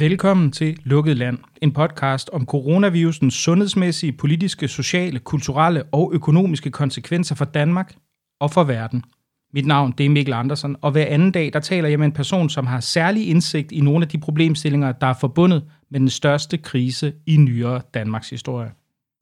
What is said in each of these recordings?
Velkommen til Lukket Land, en podcast om coronavirusens sundhedsmæssige, politiske, sociale, kulturelle og økonomiske konsekvenser for Danmark og for verden. Mit navn det er Mikkel Andersen, og hver anden dag der taler jeg med en person, som har særlig indsigt i nogle af de problemstillinger, der er forbundet med den største krise i nyere Danmarks historie.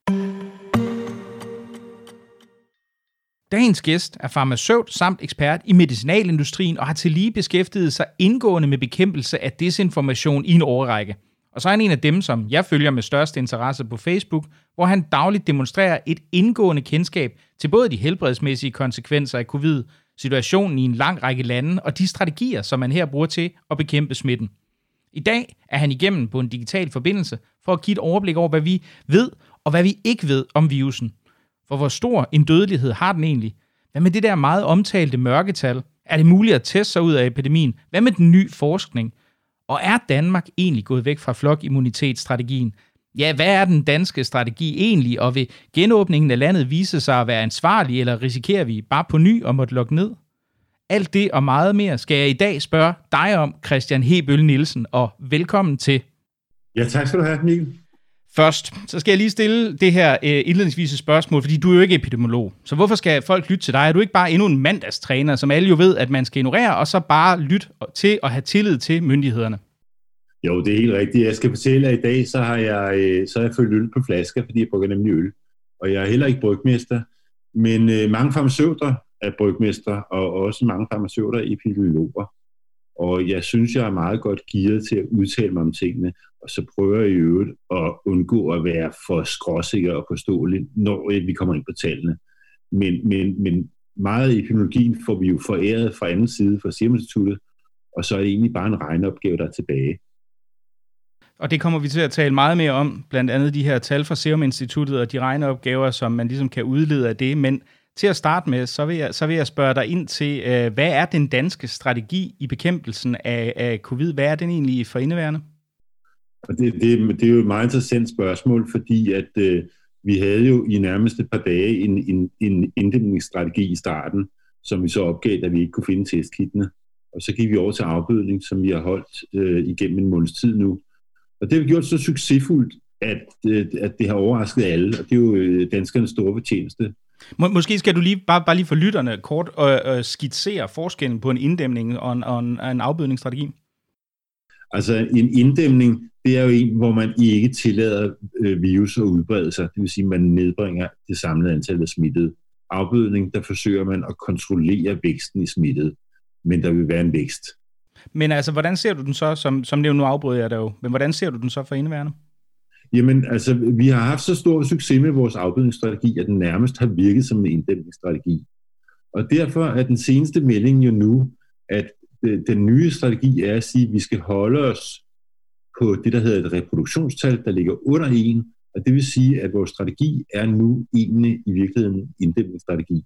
Dagens gæst er farmaceut samt ekspert i medicinalindustrien og har tillige beskæftiget sig indgående med bekæmpelse af desinformation i en årrække. Og så er han en af dem, som jeg følger med størst interesse på Facebook, hvor han dagligt demonstrerer et indgående kendskab til både de helbredsmæssige konsekvenser af covid, situationen i en lang række lande og de strategier, som man her bruger til at bekæmpe smitten. I dag er han igennem på en digital forbindelse for at give et overblik over, hvad vi ved og hvad vi ikke ved om virusen. For hvor stor en dødelighed har den egentlig? Hvad med det der meget omtalte mørketal? Er det muligt at teste sig ud af epidemien? Hvad med den nye forskning? Og er Danmark egentlig gået væk fra flokimmunitetsstrategien? Ja, hvad er den danske strategi egentlig? Og vil genåbningen af landet vise sig at være ansvarlig, eller risikerer vi bare på ny at måtte lukke ned? Alt det og meget mere skal jeg i dag spørge dig om, Christian Hebøl Nielsen, og velkommen til. Ja, tak skal du have, Mikkel. Først, så skal jeg lige stille det her indledningsvise spørgsmål, fordi du er jo ikke epidemiolog. Så hvorfor skal folk lytte til dig? Er du ikke bare endnu en mandagstræner, som alle jo ved, at man skal ignorere, og så bare lytte til og have tillid til myndighederne? Jo, det er helt rigtigt. Jeg skal fortælle, at i dag så har jeg fyldt øl på flasker, fordi jeg brygger nemlig øl. Og jeg er heller ikke brygmester, men mange farmaceuter er brygmester, og også mange farmaceuter er epidemiologer. Og jeg synes, jeg er meget godt gearet til at udtale mig om tingene, og så prøver jeg i øvrigt at undgå at være for skråsikker og påståelig, når vi kommer ind på tallene. Men meget af epidemiologien får vi jo foræret fra anden side, fra Serum Instituttet, og så er det egentlig bare en regneopgave, der er tilbage. Og det kommer vi til at tale meget mere om, blandt andet de her tal fra Serum Instituttet og de regneopgaver, som man ligesom kan udlede af det, men til at starte med, så vil jeg spørge dig ind til, hvad er den danske strategi i bekæmpelsen af covid? Hvad er den egentlig for indeværende? Det er jo et meget interessant spørgsmål, fordi at vi havde jo i nærmest et par dage en inddæmningsstrategi i starten, som vi så opgav, da vi ikke kunne finde testkitene. Og så gik vi over til afbødning, som vi har holdt igennem en måneds tid nu. Og det har vi gjort så succesfuldt, at det har overrasket alle, og det er jo danskernes store fortjeneste. Måske skal du bare lige for lytterne kort skitsere forskellen på en inddæmning og en afbødningsstrategi. Altså en inddæmning, det er jo en, hvor man ikke tillader virus at udbrede sig. Det vil sige, at man nedbringer det samlede antal af smittede. Afbødning, der forsøger man at kontrollere væksten i smittede, men der vil være en vækst. Men altså, hvordan ser du den så, som nævnt, nu afbryder jeg dig jo, men hvordan ser du den så for indeværende? Jamen, altså, vi har haft så stor succes med vores afbødningsstrategi, at den nærmest har virket som en inddæmningsstrategi. Og derfor er den seneste melding jo nu, at den nye strategi er at sige, at vi skal holde os på det, der hedder et reproduktionstal, der ligger under 1, og det vil sige, at vores strategi er nu egentlig i virkeligheden en inddæmningsstrategi.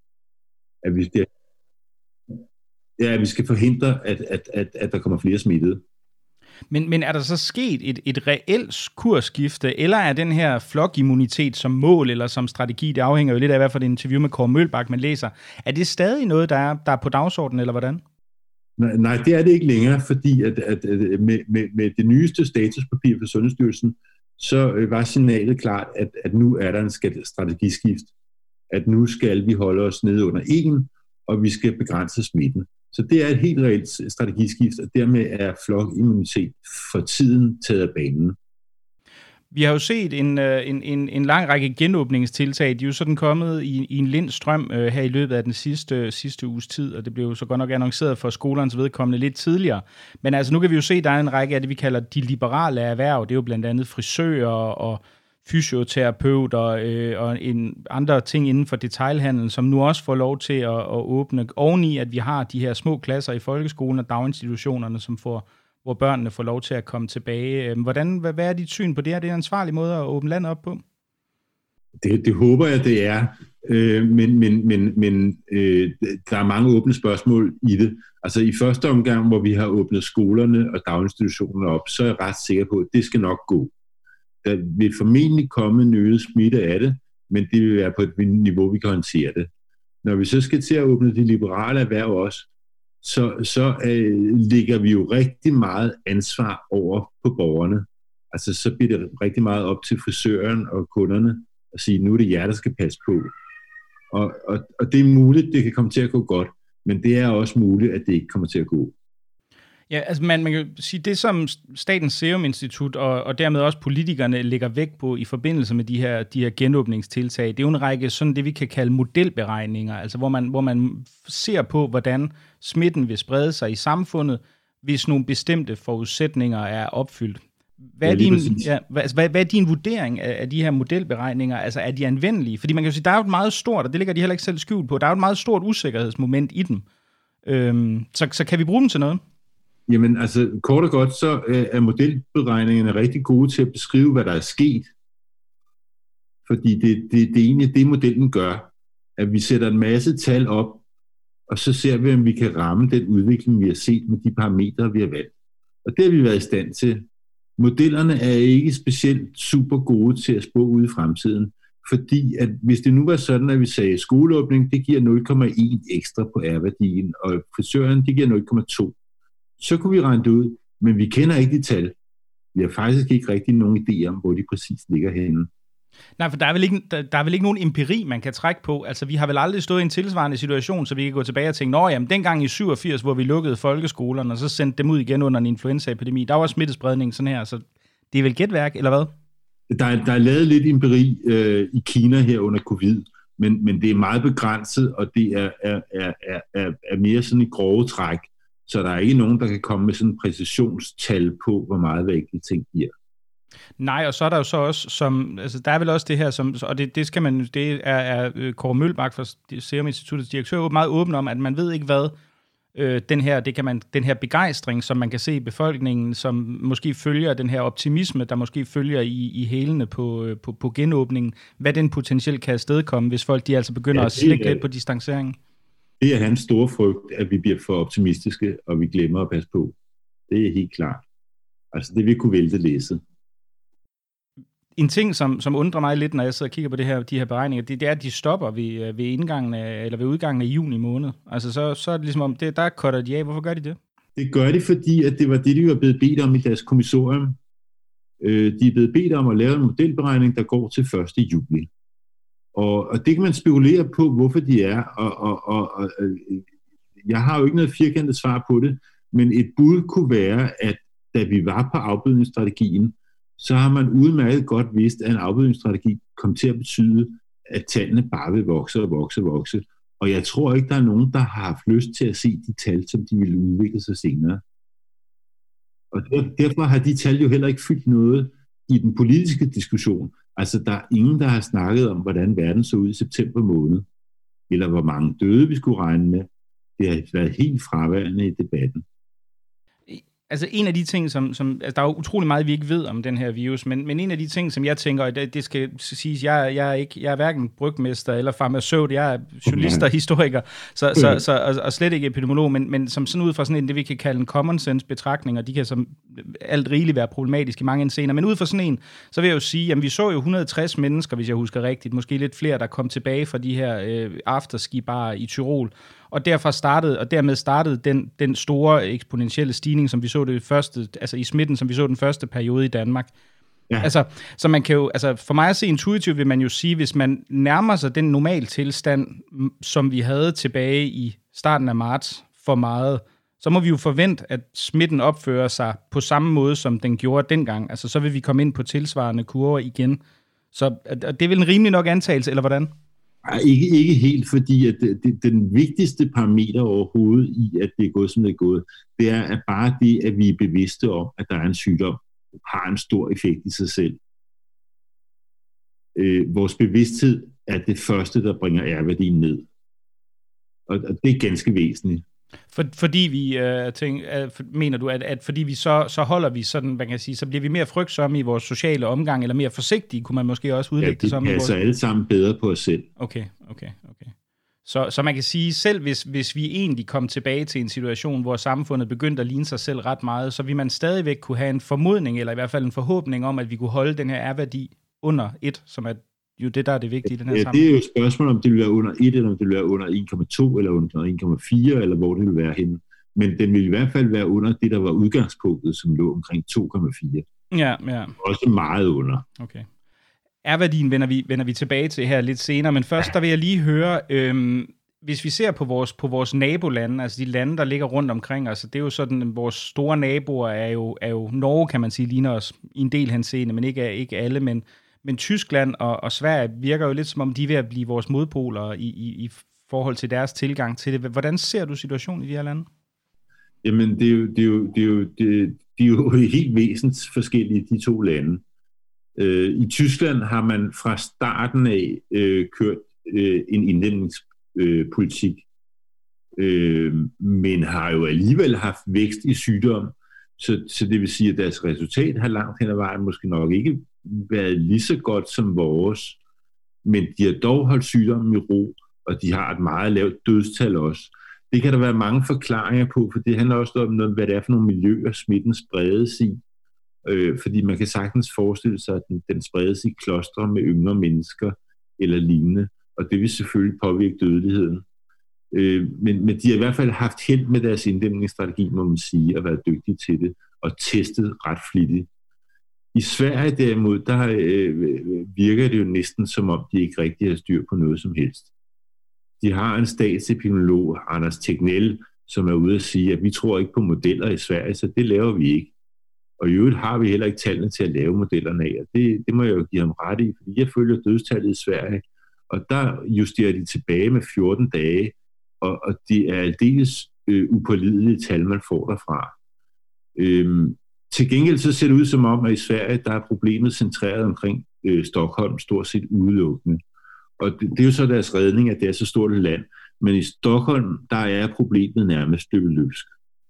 At vi skal forhindre, at der kommer flere smittede. Men er der så sket et reelt kursskifte, eller er den her flokimmunitet som mål eller som strategi, det afhænger jo lidt af, hvad for et interview med Kåre Mølbak man læser, er det stadig noget, der er på dagsordenen, eller hvordan? Nej, det er det ikke længere, fordi at med det nyeste statuspapir for Sundhedsstyrelsen, så var signalet klart, at nu er der en strategiskift. At nu skal vi holde os nede under 1, og vi skal begrænse smitten. Så det er et helt reelt strategiskift, og dermed er flokimmunitet for tiden taget af banen. Vi har jo set en lang række genåbningstiltag. De er jo sådan kommet i en lind strøm her i løbet af den sidste uges tid, og det blev jo så godt nok annonceret for skolernes vedkommende lidt tidligere. Men altså nu kan vi jo se, at der er en række af det, vi kalder de liberale erhverv. Det er jo blandt andet frisører og fysioterapeuter og andre ting inden for detailhandel, som nu også får lov til at åbne oveni, at vi har de her små klasser i folkeskolen og daginstitutionerne, hvor børnene får lov til at komme tilbage. Hvad er dit syn på det her? Det er en ansvarlig måde at åbne landet op på? Det håber jeg, det er. Men der er mange åbne spørgsmål i det. Altså i første omgang, hvor vi har åbnet skolerne og daginstitutionerne op, så er jeg ret sikker på, at det skal nok gå. Der vil formentlig komme en øget smitte af det, men det vil være på et niveau, vi kan håndtere det. Når vi så skal til at åbne de liberale erhverv også, så lægger vi jo rigtig meget ansvar over på borgerne. Altså så bliver det rigtig meget op til frisøren og kunderne at sige, nu er det jer, der skal passe på. Og det er muligt, det kan komme til at gå godt, men det er også muligt, at det ikke kommer til at gå. Ja, altså man kan sige, det som Statens Serum Institut og dermed også politikerne lægger vægt på i forbindelse med de her genåbningstiltag, det er jo en række sådan det, vi kan kalde modelberegninger, altså hvor man ser på, hvordan smitten vil sprede sig i samfundet, hvis nogle bestemte forudsætninger er opfyldt. Hvad er din vurdering af de her modelberegninger? Altså er de anvendelige? Fordi man kan jo sige, der er jo et meget stort, og det ligger de heller ikke selv skjult på, der er jo et meget stort usikkerhedsmoment i dem. Så kan vi bruge dem til noget? Jamen altså kort og godt, så er modelberegningerne rigtig gode til at beskrive, hvad der er sket. Fordi det er egentlig det, modellen gør. At vi sætter en masse tal op, og så ser vi, om vi kan ramme den udvikling, vi har set med de parametre, vi har valgt. Og det har vi været i stand til. Modellerne er ikke specielt super gode til at spå ud i fremtiden, fordi at hvis det nu var sådan, at vi sagde, at skoleåbning, det giver 0,1 ekstra på R-værdien, og frisøren, det giver 0,2. Så kunne vi regne det ud, men vi kender ikke de tal. Vi har faktisk ikke rigtig nogen idé om, hvor de præcis ligger henne. Nej, for der er vel ikke nogen empiri, man kan trække på. Altså, vi har vel aldrig stået i en tilsvarende situation, så vi kan gå tilbage og tænke, jamen, dengang i 87, hvor vi lukkede folkeskolerne, og så sendte dem ud igen under en influenzaepidemi, der var smittespredning sådan her, så det er vel gætværk, eller hvad? Der er lavet lidt empiri i Kina her under covid, men det er meget begrænset, og det er mere sådan i grove træk, så der er ikke nogen, der kan komme med sådan en præcisionstal på, hvor meget hver enkelt ting giver. Nej, og så er der jo så også, altså der er vel også det her, og det er Kåre Mølbak fra Serum Instituttets direktør meget åben om, at man ved ikke hvad den her begejstring, som man kan se i befolkningen, som måske følger den her optimisme, der måske følger i hælene på genåbningen, hvad den potentielt kan afstedkomme, hvis folk de altså begynder at slække lidt på distanceringen. Det er hans store frygt, at vi bliver for optimistiske, og vi glemmer at passe på. Det er helt klart. Altså det vil kunne vælte læsset. En ting, som undrer mig lidt, når jeg sidder og kigger på de her beregninger, det er, at de stopper ved indgangen eller ved udgangen af juni måned. Altså så er det ligesom om, der cutter de af. Hvorfor gør de det? Det gør de, fordi at det var det, de var blevet bedt om i deres kommissorium. De er blevet bedt om at lave en modelberegning, der går til 1. juli. Og det kan man spekulere på, hvorfor de er. Og jeg har jo ikke noget firkantet svar på det, men et bud kunne være, at da vi var på afbødningsstrategien, så har man udmærket godt vidst, at en afbødningsstrategi kom til at betyde, at tallene bare vil vokse og vokse og vokse. Og jeg tror ikke, der er nogen, der har haft lyst til at se de tal, som de ville udvikle sig senere. Og derfor har de tal jo heller ikke fyldt noget i den politiske diskussion. Altså, der er ingen, der har snakket om, hvordan verden så ud i september måned, eller hvor mange døde vi skulle regne med. Det har været helt fraværende i debatten. Altså en af de ting, altså der er jo utrolig meget, vi ikke ved om den her virus, men en af de ting, som jeg tænker, det skal siges, jeg er hverken brygmester eller farmaceut, jeg er journalist og historiker, og slet ikke epidemiolog, men som sådan ud fra sådan en, det vi kan kalde en common sense betragtning, og de kan som alt rigeligt være problematisk i mange henseender, men ud fra sådan en, så vil jeg jo sige, jamen vi så jo 160 mennesker, hvis jeg husker rigtigt, måske lidt flere, der kom tilbage fra de her afterski-barer i Tyrol, og dermed startede den store eksponentielle stigning, som vi så det første, altså i smitten, som vi så den første periode i Danmark. Ja. Altså, så man kan jo, altså for mig at se intuitivt, vil man jo sige, hvis man nærmer sig den normal tilstand, som vi havde tilbage i starten af marts for meget, så må vi jo forvente, at smitten opfører sig på samme måde, som den gjorde dengang. Altså, så vil vi komme ind på tilsvarende kurver igen. Så det er vel en rimelig nok antagelse, eller hvordan? Ikke helt, fordi at den vigtigste parameter overhovedet i, at det er gået, som det er gået, det er at bare det, at vi er bevidste om, at der er en sygdom, har en stor effekt i sig selv. Vores bevidsthed er det første, der bringer R-værdien ned. Og det er ganske væsentligt. Fordi vi mener du, at fordi vi så holder vi sådan, man kan sige, så bliver vi mere frygtsomme i vores sociale omgang, eller mere forsigtige, kunne man måske også udlægge det som? Ja, det passer alle sammen bedre på os selv. Okay. Så man kan sige, selv hvis vi egentlig kom tilbage til en situation, hvor samfundet begyndte at ligne sig selv ret meget, så vil man stadigvæk kunne have en formodning, eller i hvert fald en forhåbning om, at vi kunne holde den her R-værdi under 1, som er jo det, der er det vigtige i den her sammenhæng. Det er jo et spørgsmål, om det vil være under 1, eller om det vil være under 1,2, eller under 1,4, eller hvor det vil være henne. men den vil i hvert fald være under det, der var udgangspunktet, som lå omkring 2,4. Ja. Også meget under. Okay. R-værdien vender vi tilbage til her lidt senere, men først der vil jeg lige høre, hvis vi ser på vores nabolande, altså de lande, der ligger rundt omkring os, det er jo sådan, vores store naboer er jo Norge, kan man sige, ligner os i en del henseende, men ikke alle, men Tyskland og Sverige virker jo lidt som om, de er ved at blive vores modpoler i forhold til deres tilgang til det. Hvordan ser du situationen i de her lande? Jamen, de er jo helt væsentligt forskellige, de to lande. I Tyskland har man fra starten af kørt en indlæmningspolitik, men har jo alligevel haft vækst i sygdom, så det vil sige, at deres resultat har langt hen ad vejen måske nok ikke været lige så godt som vores, men de har dog holdt sygdommen i ro, og de har et meget lavt dødstal også. Det kan der være mange forklaringer på, for det handler også om, hvad det er for nogle miljøer, smitten spredes i. Fordi man kan sagtens forestille sig, at den spredes i klostre med yngre mennesker eller lignende, og det vil selvfølgelig påvirke dødeligheden. Men de har i hvert fald haft held med deres inddæmningsstrategi, må man sige, og været dygtige til det, og testet ret flittigt. I Sverige derimod, der virker det jo næsten som om, de ikke rigtig har styr på noget som helst. De har en statsepidemiolog, Anders Tegnell, som er ude at sige, at vi tror ikke på modeller i Sverige, så det laver vi ikke. Og i øvrigt har vi heller ikke tallene til at lave modellerne af, og det må jeg jo give ham ret i, fordi jeg følger dødstallet i Sverige, og der justerer de tilbage med 14 dage, og det er aldeles upålidelige tal, man får derfra. Til gengæld så ser det ud som om, at i Sverige, der er problemet centreret omkring Stockholm stort set udelukkende. Og det er jo så deres redning, at det er så stort et land. Men i Stockholm, der er problemet nærmest løbet løbsk.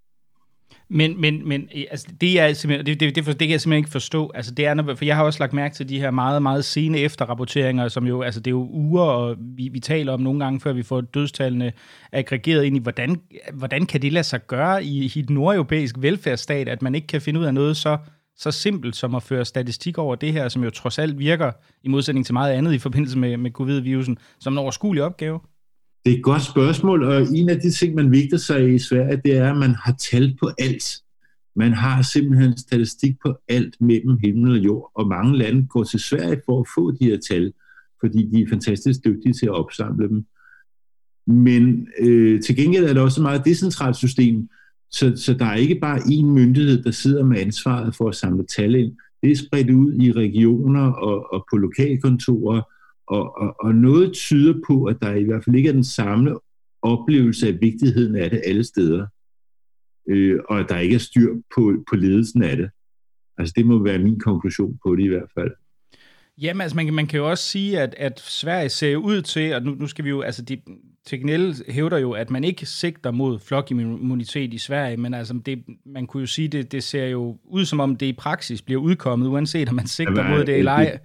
Men altså, det kan jeg simpelthen ikke forstå. Altså, det er, for jeg har også lagt mærke til de her meget, meget sene efterrapporteringer, som jo, altså det er jo uger, og vi taler om nogle gange, før vi får dødstallene aggregeret ind i, hvordan kan det lade sig gøre i et nordeuropæisk velfærdsstat, at man ikke kan finde ud af noget så simpelt som at føre statistik over det her, som jo trods alt virker, i modsætning til meget andet i forbindelse med covid-virusen, som en overskuelig opgave? Det er et godt spørgsmål, og en af de ting, man vigter sig i Sverige, det er, at man har tal på alt. Man har simpelthen statistik på alt mellem himmel og jord, og mange lande går til Sverige for at få de her tal, fordi de er fantastisk dygtige til at opsamle dem. Men til gengæld er det også et meget decentralt system, så der er ikke bare én myndighed, der sidder med ansvaret for at samle tal ind. Det er spredt ud i regioner og på lokalkontorer, og noget tyder på, at der i hvert fald ikke er den samme oplevelse af vigtigheden af det alle steder, og at der ikke er styr på ledelsen af det. Altså det må være min konklusion på det i hvert fald. Jamen, altså man kan jo også sige, at Sverige ser ud til, og nu skal vi jo, altså Tegnell hævder jo, at man ikke sigter mod flokimmunitet i Sverige, men altså man kunne jo sige, det ser jo ud som om det i praksis bliver udkommet, uanset om man sigter mod det eller ej.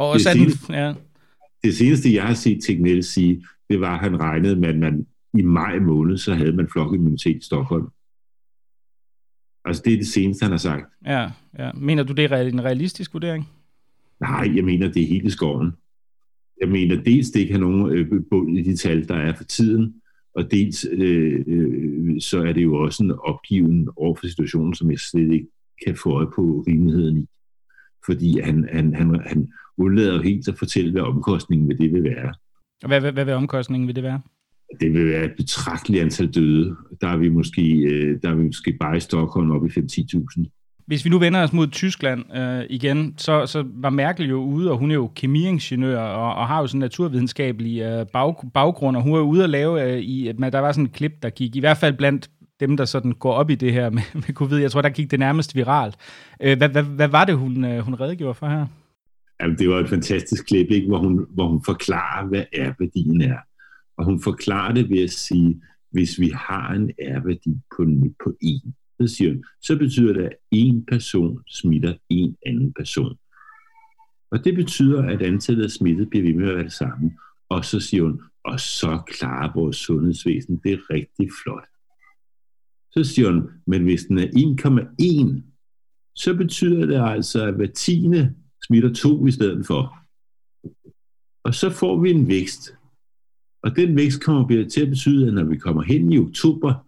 Det seneste, jeg har set Tegnell sige, det var, at han regnede med, at man i maj måned, så havde man flokimmunitet i Stockholm. Altså det er det seneste, han har sagt. Ja. Mener du, det er en realistisk vurdering? Nej, jeg mener, det er helt i skoven. Jeg mener, dels det ikke har nogen bund i de tal, der er for tiden, og dels så er det jo også en opgiven over for situationen, som jeg slet ikke kan få øje på rimeligheden i. Fordi han undlader jo helt at fortælle, hvad omkostningen ved det vil være. Og hvad vil omkostningen ved det være? Det vil være et betragteligt antal døde. Der er vi måske bare i Stockholm op i 5-10.000. Hvis vi nu vender os mod Tyskland igen, så var Merkel jo ude, og hun er jo kemiingeniør og har jo sådan en naturvidenskabelig baggrund, og hun var ude at lave, der var sådan et klip, der gik, i hvert fald blandt dem, der sådan går op i det her med covid. Jeg tror, der gik det nærmest viralt. Hvad var det, hun redegjorde for her? Jamen, det var et fantastisk klip, ikke? Hvor hun forklarer, hvad R-værdien er. Og hun forklarer det ved at sige, hvis vi har en R-værdi på 1, så siger hun, så betyder det, at en person smitter en anden person. Og det betyder, at antallet af smittet bliver ved med at være det samme. Og så siger hun, og så klarer vores sundhedsvæsen det er rigtig flot. Så siger hun, men hvis den er 1,1, så betyder det altså, at hver 10. smitter 2 i stedet for. Og så får vi en vækst. Og den vækst kommer til at betyde, at når vi kommer hen i oktober,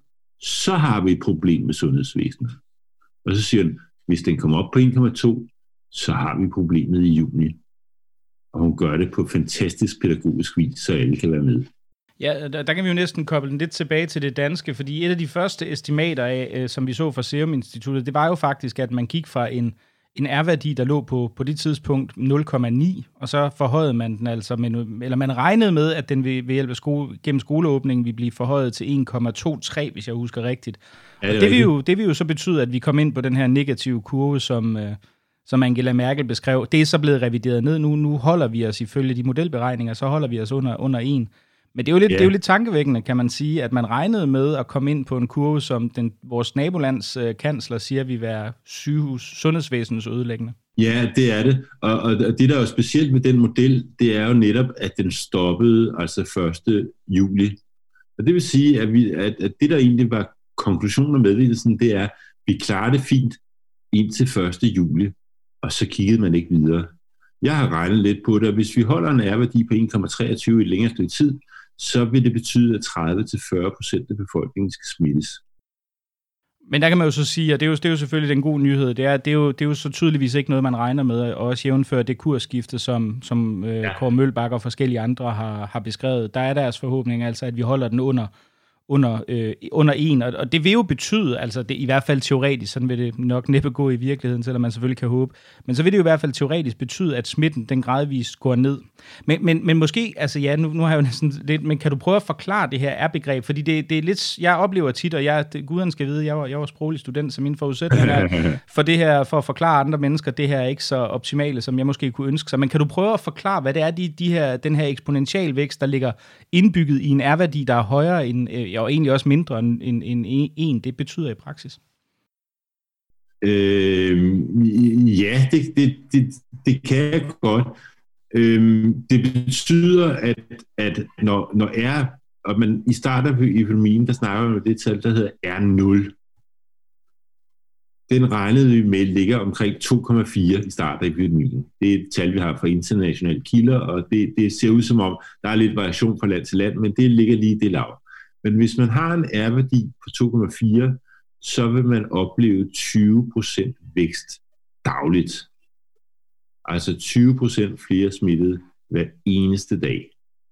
så har vi et problem med sundhedsvæsenet. Og så siger hun, hvis den kommer op på 1,2, så har vi problemet i juni. Og hun gør det på fantastisk pædagogisk vis, så alle kan være med. Ja, der kan vi jo næsten koble den lidt tilbage til det danske, fordi et af de første estimater, af, som vi så fra Serum Instituttet, det var jo faktisk, at man gik fra en R-værdi, der lå på det tidspunkt 0,9, og så forhøjede man den altså, eller man regnede med, at den ved hjælp af gennem skoleåbningen ville blive forhøjet til 1,23, hvis jeg husker rigtigt. Ja, det vil jo så betyde, at vi kom ind på den her negative kurve, som Angela Merkel beskrev. Det er så blevet revideret ned. Nu holder vi os ifølge de modelberegninger, så holder vi os under 1. Men det er jo lidt tankevækkende, kan man sige, at man regnede med at komme ind på en kurve, som vores nabolands kansler siger, vil være sundhedsvæsenets ødelæggende. Ja, det er det. Og det, der er jo specielt med den model, det er jo netop, at den stoppede altså 1. juli. Og det vil sige, at det, der egentlig var konklusionen af meddelelsen, det er, at vi klarer det fint indtil 1. juli, og så kiggede man ikke videre. Jeg har regnet lidt på det, og hvis vi holder en R-værdi på 1,23 i et længere stykke tid, så vil det betyde, at 30-40% af befolkningen skal smittes. Men der kan man jo så sige, og det er jo selvfølgelig den gode nyhed, det er jo så tydeligvis ikke noget, man regner med, og også jævnfør det kursskifte, som Kåre Mølbak og forskellige andre har beskrevet. Der er deres forhåbning altså, at vi holder den under 1, og det vil jo betyde, altså det, i hvert fald teoretisk, sådan vil det nok næppe gå i virkeligheden, selvom man selvfølgelig kan håbe, men så vil det jo i hvert fald teoretisk betyde, at smitten den gradvist går ned. Men måske, altså ja, nu har jeg jo næsten lidt, men kan du prøve at forklare det her R-begreb, fordi det er lidt, jeg oplever tit, og guderne skal vide, jeg var sproglig student, så mine forudsætninger for det her, for at forklare andre mennesker, det her er ikke så optimale, som jeg måske kunne ønske sig, men kan du prøve at forklare, hvad det er, den her eksponential vækst, der ligger indbygget i en R-værdi, der er højere end og egentlig også mindre end 1, det betyder i praksis? Ja, det kan jeg godt. Det betyder, at når og man i starten af epidemien, der snakker man om det tal, der hedder R0. Den regnede vi med ligger omkring 2,4 i starten af epidemien. Det er et tal, vi har fra internationale kilder, og det ser ud som om, der er lidt variation fra land til land, men det ligger lige det lav. Men hvis man har en R-værdi på 2,4, så vil man opleve 20% vækst dagligt. Altså 20% flere smittede hver eneste dag.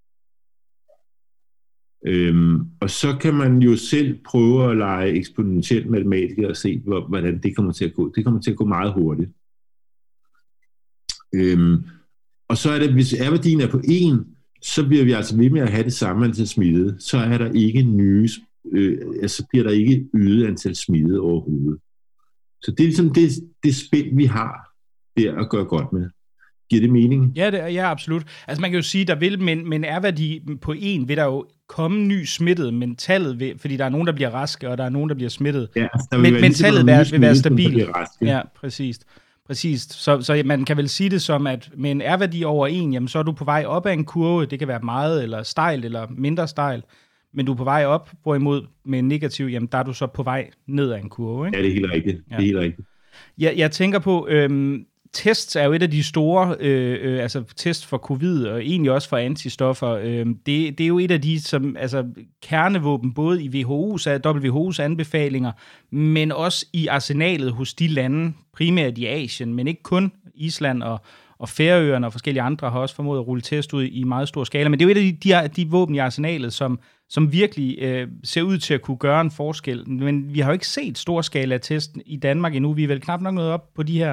Og så kan man jo selv prøve at lege eksponentiel matematiker og se, hvordan det kommer til at gå. Det kommer til at gå meget hurtigt. Og så er det, hvis R-værdien er på 1, så bliver vi altså ved med at have det samme antal smittede, så er der ikke så bliver der ikke øget antal smittede overhovedet. Så det er ligesom det spænd, vi har der at gøre godt med. Giver det mening? Ja, absolut. Altså man kan jo sige, der vil, men R-værdi på 1, vil der jo komme ny smittet, men tallet vil, fordi der er nogen, der bliver raske, og der er nogen, der bliver smittet. Ja, men tallet vil være stabilt. Ja, præcis. Så man kan vel sige det som, at med en R-værdi over 1, jamen, så er du på vej op ad en kurve. Det kan være meget eller stejlt eller mindre stejlt, men du er på vej op, hvorimod med en negativ, jamen der er du så på vej ned ad en kurve. Ikke? Ja, det er helt rigtigt. Ja. Det er helt rigtigt. Jeg tænker på, tests er jo et af de store, altså test for covid og egentlig også for antistoffer. Det er jo et af de som, altså, kernevåben, både i WHO's anbefalinger, men også i arsenalet hos de lande, primært i Asien, men ikke kun Island og Færøerne og forskellige andre har også formået at rulle test ud i meget stor skala. Men det er jo et af de våben i arsenalet, som virkelig ser ud til at kunne gøre en forskel. Men vi har jo ikke set storskala test i Danmark endnu. Vi er vel knap nok nået op på de her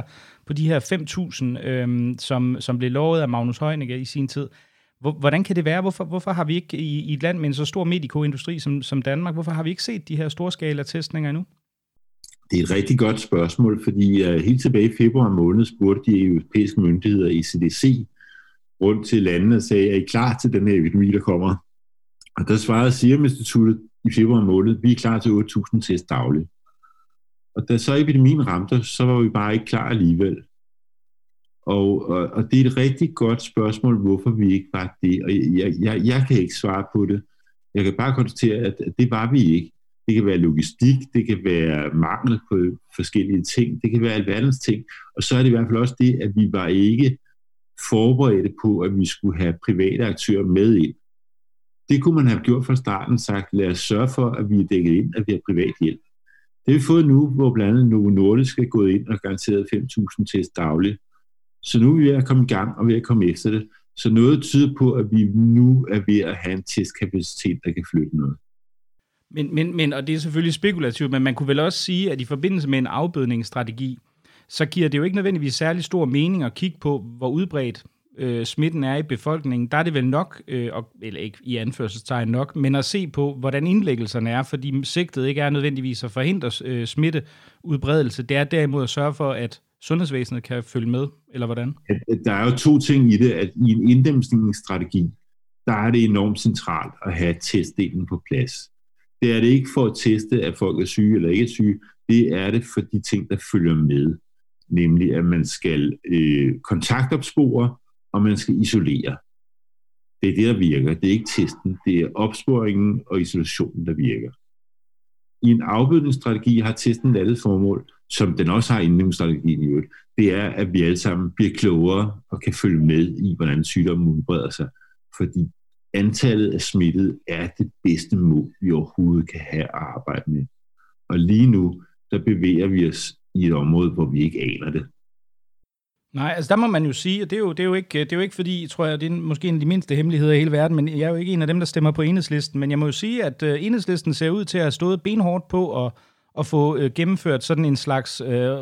5.000, som blev lovet af Magnus Heunicke i sin tid. Hvordan kan det være? Hvorfor har vi ikke i et land med en så stor medicoindustri som Danmark, hvorfor har vi ikke set de her storskala-testninger endnu? Det er et rigtig godt spørgsmål, fordi helt tilbage i februar måned spurgte de europæiske myndigheder i CDC rundt til landene og sagde, er I klar til den her epidemi, der kommer? Og der svarede Serum Instituttet i februar måned, vi er klar til 8.000 test dagligt. Og da så epidemien ramte, så var vi bare ikke klar alligevel. Og det er et rigtig godt spørgsmål, hvorfor vi ikke var det. Og jeg kan ikke svare på det. Jeg kan bare konstatere, at det var vi ikke. Det kan være logistik, det kan være mangel på forskellige ting, det kan være alverdens ting. Og så er det i hvert fald også det, at vi var ikke forberedte på, at vi skulle have private aktører med ind. Det kunne man have gjort fra starten, sagt, lad os sørge for, at vi er dækket ind, at vi har privat hjælp. Det har vi fået nu, hvor blandt andet Novo Nordisk er gået ind og garanteret 5.000 test dagligt. Så nu er vi ved at komme i gang og ved at komme efter det. Så noget tyder på, at vi nu er ved at have en testkapacitet, der kan flytte noget. Men, og det er selvfølgelig spekulativt, men man kunne vel også sige, at i forbindelse med en afbødningsstrategi, så giver det jo ikke nødvendigvis særlig stor mening at kigge på, hvor udbredt smitten er i befolkningen. Der er det vel nok, eller ikke i anførselstegn nok, men at se på, hvordan indlæggelserne er, fordi sigtet ikke er nødvendigvis at forhindre smitteudbredelse. Det er derimod at sørge for, at sundhedsvæsenet kan følge med, eller hvordan? Der er jo to ting i det, at i en inddæmningsstrategi, der er det enormt centralt at have testdelen på plads. Det er det ikke for at teste, at folk er syge eller ikke er syge. Det er det for de ting, der følger med. Nemlig, at man skal kontaktopspore, og man skal isolere. Det er det, der virker. Det er ikke testen. Det er opsporingen og isolationen, der virker. I en afbødningsstrategi har testen et andet formål, som den også har indlægningsstrategien i øvrigt. Det er, at vi alle sammen bliver klogere og kan følge med i, hvordan sygdommen udbreder sig. Fordi antallet af smittede er det bedste mål, vi overhovedet kan have at arbejde med. Og lige nu, der bevæger vi os i et område, hvor vi ikke aner det. Nej, altså der må man jo sige, og det er jo ikke fordi, tror jeg, det er måske en af de mindste hemmeligheder i hele verden, men jeg er jo ikke en af dem, der stemmer på Enhedslisten, men jeg må jo sige, at Enhedslisten ser ud til at have stået benhårdt på at få gennemført sådan en slags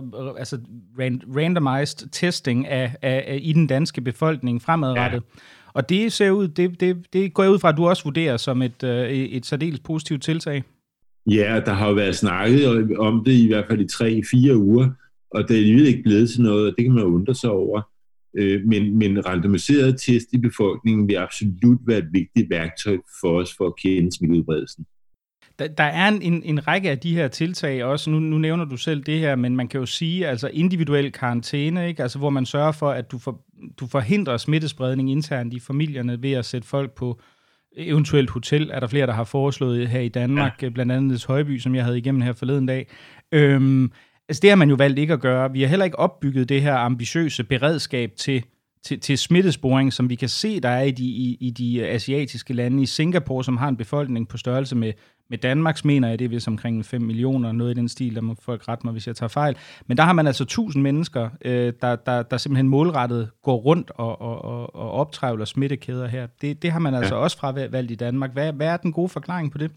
randomized testing af i den danske befolkning fremadrettet. Ja. Og det ser ud, det går jeg ud fra, at du også vurderer som et særdeles positivt tiltag. Ja, der har jo været snakket om det i hvert fald i 3-4 uger, og det er alligevel ikke blevet til noget, og det kan man undre sig over. Men randomiseret test i befolkningen vil absolut være et vigtigt værktøj for os for at kende smitteudbredelsen. Der er en række af de her tiltag også. Nu nævner du selv det her, men man kan jo sige, altså individuel karantæne, ikke? Altså, hvor man sørger for, at du forhindrer smittespredning internt i familierne ved at sætte folk på eventuelt hotel. Er der flere, der har foreslået her i Danmark, blandt andet Niels Højby, som jeg havde igennem her forleden dag. Altså det har man jo valgt ikke at gøre. Vi har heller ikke opbygget det her ambitiøse beredskab til smittesporing, som vi kan se, der er i de asiatiske lande. I Singapore, som har en befolkning på størrelse med Danmarks, mener jeg, det er vist omkring 5 millioner, noget i den stil, der må folk rette mig, hvis jeg tager fejl. Men der har man altså 1000 mennesker, der simpelthen målrettet går rundt og optrævler smittekæder her. Det har man altså også fravalgt i Danmark. Hvad er den gode forklaring på det?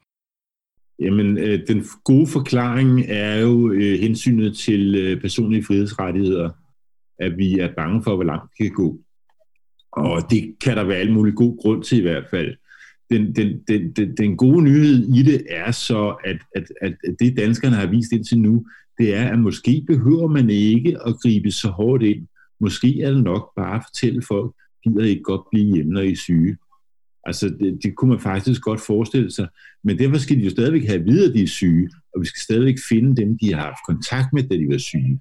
Jamen, den gode forklaring er jo hensynet til personlige frihedsrettigheder, at vi er bange for, hvor langt det kan gå. Og det kan der være alt muligt god grund til i hvert fald. Den gode nyhed i det er så, at det danskerne har vist indtil nu, det er, at måske behøver man ikke at gribe så hårdt ind. Måske er det nok bare at fortælle folk, gider ikke godt blive hjemme, når I er syge. Altså, det kunne man faktisk godt forestille sig. Men derfor skal de jo stadigvæk have at vide, at de er syge, og vi skal stadigvæk finde dem, de har haft kontakt med, da de var syge.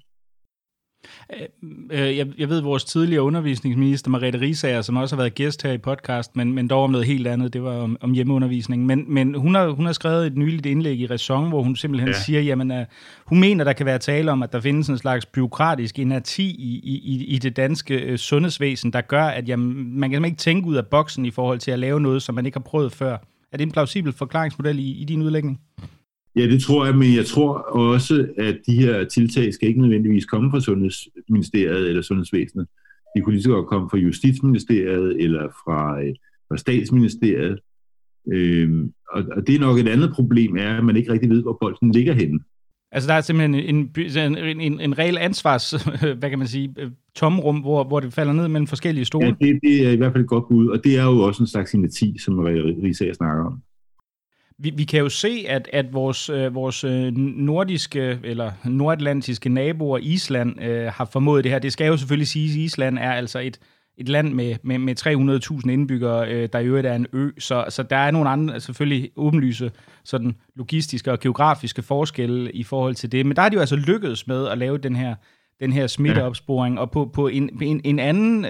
Jeg ved, vores tidligere undervisningsminister, Merete Riisager, som også har været gæst her i podcast, men dog om noget helt andet, det var om hjemmeundervisning. Men hun har skrevet et nyligt indlæg i Ræson, hvor hun simpelthen siger, jamen, hun mener, der kan være tale om, at der findes en slags bureaukratisk inerti i det danske sundhedsvæsen, der gør, at man kan ikke tænke ud af boksen i forhold til at lave noget, som man ikke har prøvet før. Er det en plausibel forklaringsmodel i din udlægning? Ja, det tror jeg, men jeg tror også, at de her tiltag skal ikke nødvendigvis komme fra Sundhedsministeriet eller Sundhedsvæsenet. De kunne lige så godt komme fra Justitsministeriet eller fra Statsministeriet. Og det er nok et andet problem, er, at man ikke rigtig ved, hvor bolden ligger henne. Altså der er simpelthen en reel ansvars, hvad kan man sige, tomrum, hvor det falder ned mellem forskellige stole. Ja, det er i hvert fald et godt bud, og det er jo også en slags inerti, som Riisager snakker om. Vi kan jo se, at vores nordiske eller nordatlantiske naboer, Island, har formået det her. Det skal jo selvfølgelig siges, at Island er altså et land med 300.000 indbyggere, der i øvrigt er en ø. Så der er nogle andre selvfølgelig åbenlyse sådan logistiske og geografiske forskelle i forhold til det. Men der er de jo altså lykkedes med at lave den her smitteopsporing, og på en anden,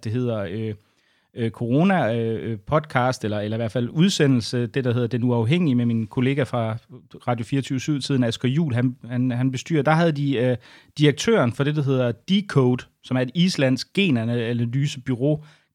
corona-podcast, eller i hvert fald udsendelse, det der hedder Den Uafhængige, med min kollega fra Radio 24/7-tiden, Asger Juhl, han bestyrer, der havde de direktøren for det, der hedder Decode, som er et islandsk genanalysebureau,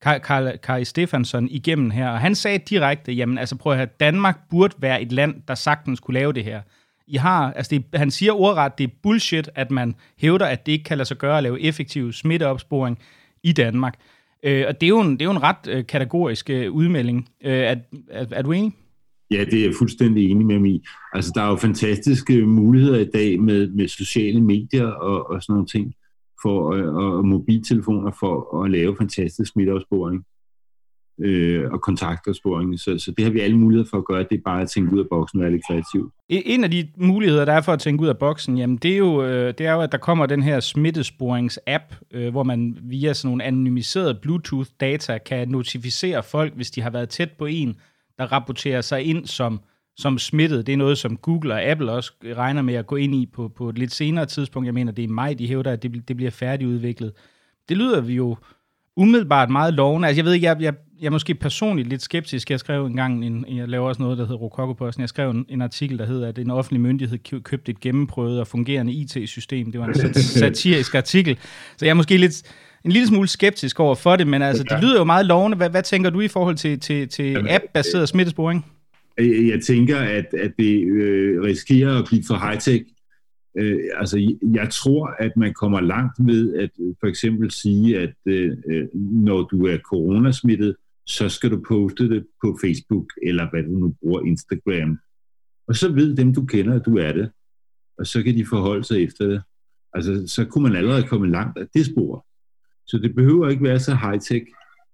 Kari Stefansson igennem her, og han sagde direkte, jamen altså prøv at høre, Danmark burde være et land, der sagtens kunne lave det her. Han siger ordret, det er bullshit, at man hævder, at det ikke kan lade sig gøre at lave effektiv smitteopsporing i Danmark. Og det er jo en ret kategorisk udmelding. Er du enig? Ja, det er jeg fuldstændig enig med mig. Altså, der er jo fantastiske muligheder i dag med sociale medier og sådan nogle ting, og mobiltelefoner for at lave fantastisk smitteopsporing og kontaktopsporing. Så det har vi alle muligheder for at gøre. Det er bare at tænke ud af boksen og være lidt kreativ. En af de muligheder, der er for at tænke ud af boksen, jamen det er jo, at der kommer den her smittesporings-app, hvor man via sådan nogle anonymiserede Bluetooth-data kan notificere folk, hvis de har været tæt på en, der rapporterer sig ind som smittet. Det er noget, som Google og Apple også regner med at gå ind i på et lidt senere tidspunkt. Jeg mener, det er i maj, de hævder, at det bliver færdigudviklet. Det lyder vi jo umiddelbart meget lovende. Altså, jeg ved ikke, jeg er måske personligt lidt skeptisk. Jeg skrev engang, jeg laver også noget, der hedder Rokokoposten. Jeg skrev en artikel, der hedder, at en offentlig myndighed købte et gennemprøvet og fungerende IT-system. Det var en satirisk artikel. Så jeg er måske en lille smule skeptisk over for det, men altså, det lyder jo meget lovende. Hvad tænker du i forhold til app-baseret smittesporing? Jeg tænker, at det risikerer at blive for high-tech. Altså, jeg tror, at man kommer langt ved at for eksempel sige, at når du er coronasmittet, så skal du poste det på Facebook, eller hvad du nu bruger, Instagram. Og så ved dem, du kender, at du er det. Og så kan de forholde sig efter det. Altså, så kunne man allerede komme langt af det spor. Så det behøver ikke være så high-tech.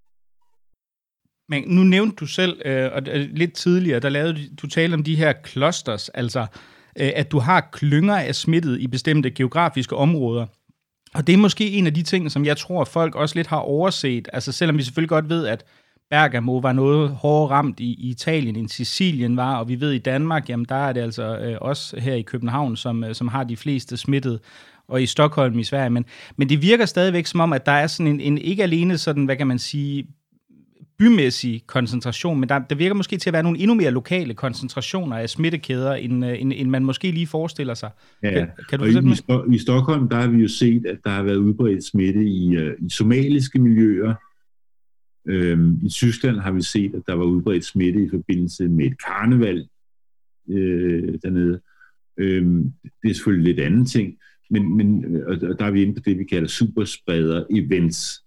Men nu nævnte du selv, og lidt tidligere, du talte om de her clusters, altså at du har klynger af smittet i bestemte geografiske områder. Og det er måske en af de ting, som jeg tror, folk også lidt har overset. Altså selvom vi selvfølgelig godt ved, at Bergamo var noget hårdere ramt i Italien, end Sicilien var, og vi ved i Danmark, jamen der er det altså også her i København, som har de fleste smittet, og i Stockholm i Sverige. Men det virker stadigvæk som om, at der er sådan en ikke alene sådan, hvad kan man sige, bymæssig koncentration, men der virker måske til at være nogle endnu mere lokale koncentrationer af smittekæder, end man måske lige forestiller sig. Ja, kan du i Stockholm, der har vi jo set, at der har været udbredt smitte i somaliske miljøer. I Tyskland har vi set, at der var udbredt smitte i forbindelse med et karneval dernede. Det er selvfølgelig lidt anden ting, men og der er vi inde på det, vi kalder superspreder-events.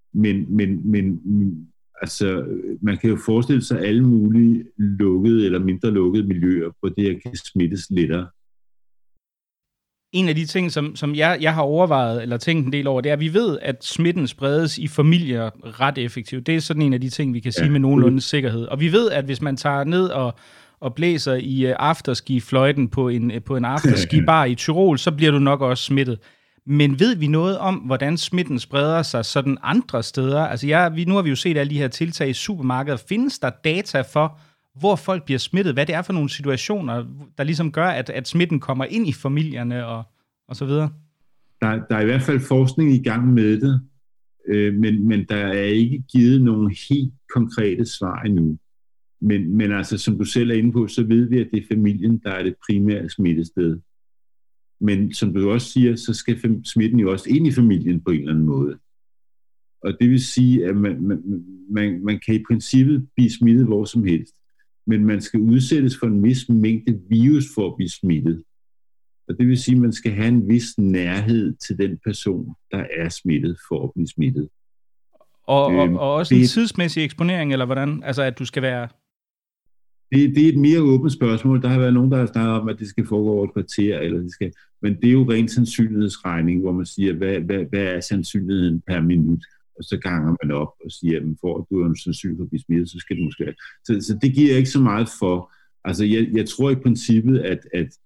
Men altså, man kan jo forestille sig alle mulige lukkede eller mindre lukkede miljøer, hvor det her kan smittes lettere. En af de ting, som jeg har overvejet eller tænkt en del over, det er, at vi ved, at smitten spredes i familier ret effektivt. Det er sådan en af de ting, vi kan sige med nogenlunde sikkerhed. Og vi ved, at hvis man tager ned og blæser i afterski-fløjten på en afterski-bar i Tyrol, så bliver du nok også smittet. Men ved vi noget om, hvordan smitten spreder sig sådan andre steder? Altså nu har vi jo set alle de her tiltag i supermarkeder. Findes der data for, hvor folk bliver smittet? Hvad det er for nogle situationer, der ligesom gør, at smitten kommer ind i familierne og så videre? Der er i hvert fald forskning i gang med det, men der er ikke givet nogle helt konkrete svar endnu. Men altså, som du selv er inde på, så ved vi, at det er familien, der er det primære smittested. Men som du også siger, så skal smitten jo også ind i familien på en eller anden måde. Og det vil sige, at man kan i princippet blive smittet hvor som helst, men man skal udsættes for en vis mængde virus for at blive smittet. Og det vil sige, at man skal have en vis nærhed til den person, der er smittet, for at blive smittet. Og også en tidsmæssig eksponering, eller hvordan? Altså, at du skal være... Det er et mere åbent spørgsmål. Der har været nogen, der har snakket om, at det skal foregå over et kvarter, eller det skal... Men det er jo ren sandsynlighedsregning, hvor man siger, hvad er sandsynligheden per minut? Og så ganger man op og siger, at for at du er en sandsynlighed for at blive smittet, så skal det måske være. Så det giver ikke så meget for... Altså, jeg tror i princippet, at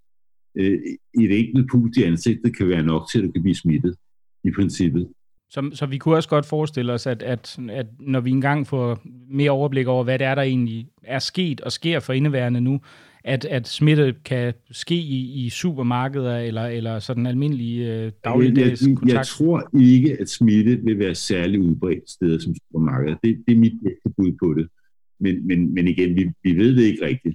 et enkelt pust i ansigtet kan være nok til, at du kan blive smittet. I princippet. Så vi kunne også godt forestille os, at når vi engang får mere overblik over, hvad det er, der egentlig er sket og sker for indeværende nu, at smitte kan ske i supermarkeder eller sådan almindelige dagligdags kontakt? Jeg tror ikke, at smitte vil være særlig udbredt steder som supermarkeder. Det er mit bedste bud på det. Men igen, vi ved det ikke rigtigt.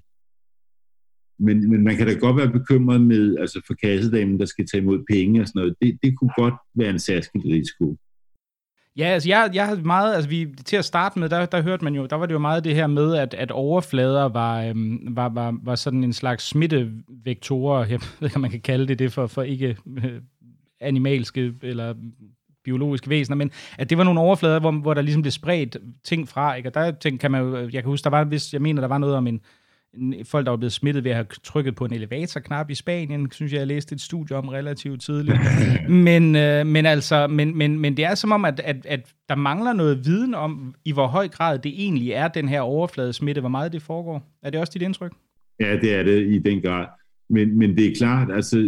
Men man kan da godt være bekymret med, altså for kassedamen, der skal tage imod penge og sådan noget. Det kunne godt være en særskilt risiko. Ja, altså jeg har meget, altså til at starte med, der hørte man jo, der var det jo meget det her med, at overflader var sådan en slags smittevektorer, jeg ved ikke, om man kan kalde det for ikke animalske eller biologiske væsener, men at det var nogle overflader, hvor der ligesom blev spredt ting fra, ikke? Og der kan man jo, jeg kan huske, der var noget om folk, der var blevet smittet ved at have trykket på en elevatorknap i Spanien, synes jeg læste et studie om relativt tidligt. Men det er som om, at der mangler noget viden om, i hvor høj grad det egentlig er den her overfladesmitte, hvor meget det foregår. Er det også dit indtryk? Ja, det er det i den grad. Men det er klart, altså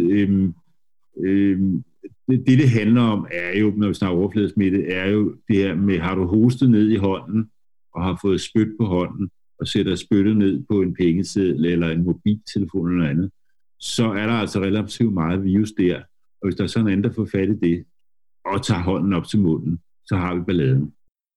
det handler om, er jo, når vi snakker overfladesmitte, er jo det her med, har du hostet ned i hånden, og har fået spyt på hånden, og sætter spyttet ned på en pengeseddel eller en mobiltelefon eller noget andet, så er der altså relativt meget virus der. Og hvis der er sådan en anden, der får fat i det, og tager hånden op til munden, så har vi balladen.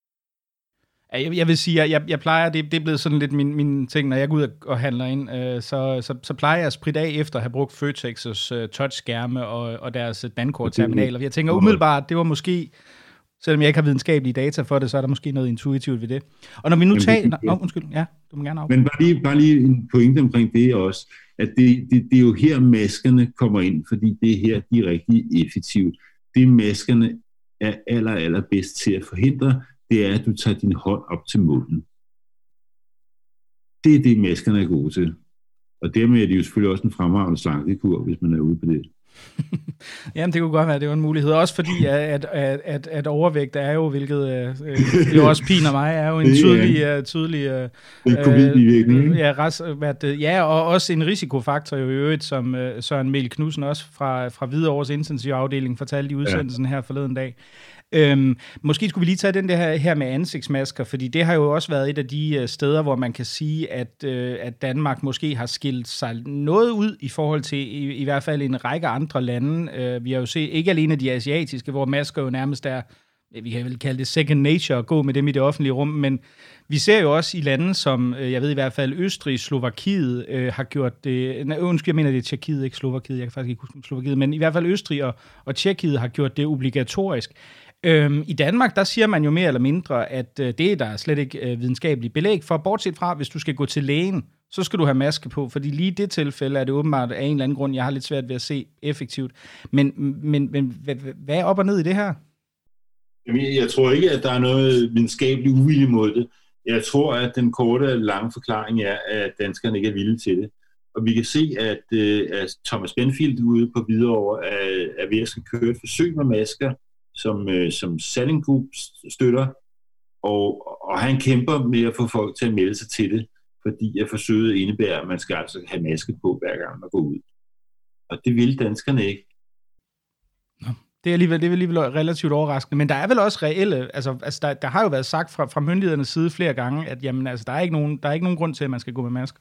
Jeg vil sige, at jeg plejer, det er blevet sådan lidt min ting, når jeg går ud og handler ind, så plejer jeg at spritte af efter at have brugt Føtex's touchskærme og deres dankortterminaler. Jeg tænker umiddelbart, det var måske, selvom jeg ikke har videnskabelige data for det, så er der måske noget intuitivt ved det. Og når vi nu taler... undskyld, ja, du må gerne afbryde. Men bare lige en pointe omkring det også, at det er jo her, maskerne kommer ind, fordi det er her, de er rigtig effektive. Det maskerne er allerbedst til at forhindre, det er, at du tager din hånd op til munden. Det er det, maskerne er gode til. Og dermed er det jo selvfølgelig også en fremragende slankekur, hvis man er ude på det. Jamen, det kunne godt være, det var en mulighed. Også fordi, at overvægt er jo, hvilket det jo også piner mig, er jo en tydelig covid-virkning. Ja, og også en risikofaktor jo i øvrigt, som Søren Mehl Knudsen også fra Hvidovres intensivafdeling fortalte i udsendelsen her forleden dag. Måske skulle vi lige tage den her med ansigtsmasker, fordi det har jo også været et af de steder, hvor man kan sige, at Danmark måske har skilt sig noget ud i forhold til i hvert fald en række andre lande. Vi har jo set, ikke alene de asiatiske, hvor masker jo nærmest er, vi kan vel kalde det second nature, at gå med dem i det offentlige rum, men vi ser jo også i lande som, jeg ved i hvert fald, Østrig, Slovakiet har gjort det, jeg mener det er Tjekkiet, ikke Slovakiet, jeg kan faktisk ikke huske Slovakiet, men i hvert fald Østrig og Tjekkiet har gjort det obligatorisk. I Danmark, der siger man jo mere eller mindre, at det er der slet ikke videnskabeligt belæg for, bortset fra, hvis du skal gå til lægen, så skal du have maske på, fordi lige i det tilfælde er det åbenbart af en eller anden grund, jeg har lidt svært ved at se effektivt. Men hvad er op og ned i det her? Jamen, jeg tror ikke, at der er noget videnskabeligt uvilje mod det. Jeg tror, at den korte og lange forklaring er, at danskerne ikke er villige til det. Og vi kan se, at Thomas Benfield ude på Hvidovre er ved at skal køre et forsøg med masker, som Salling Group støtter, og han kæmper med at få folk til at melde sig til det, fordi at forsøget indebærer, at man skal altså have maske på, hver gang man går ud. Og det vil danskerne ikke. Det er alligevel relativt overraskende, men der er vel også reelle, altså der har jo været sagt fra myndighedernes side flere gange, at jamen, altså, der er ikke nogen grund til, at man skal gå med masker.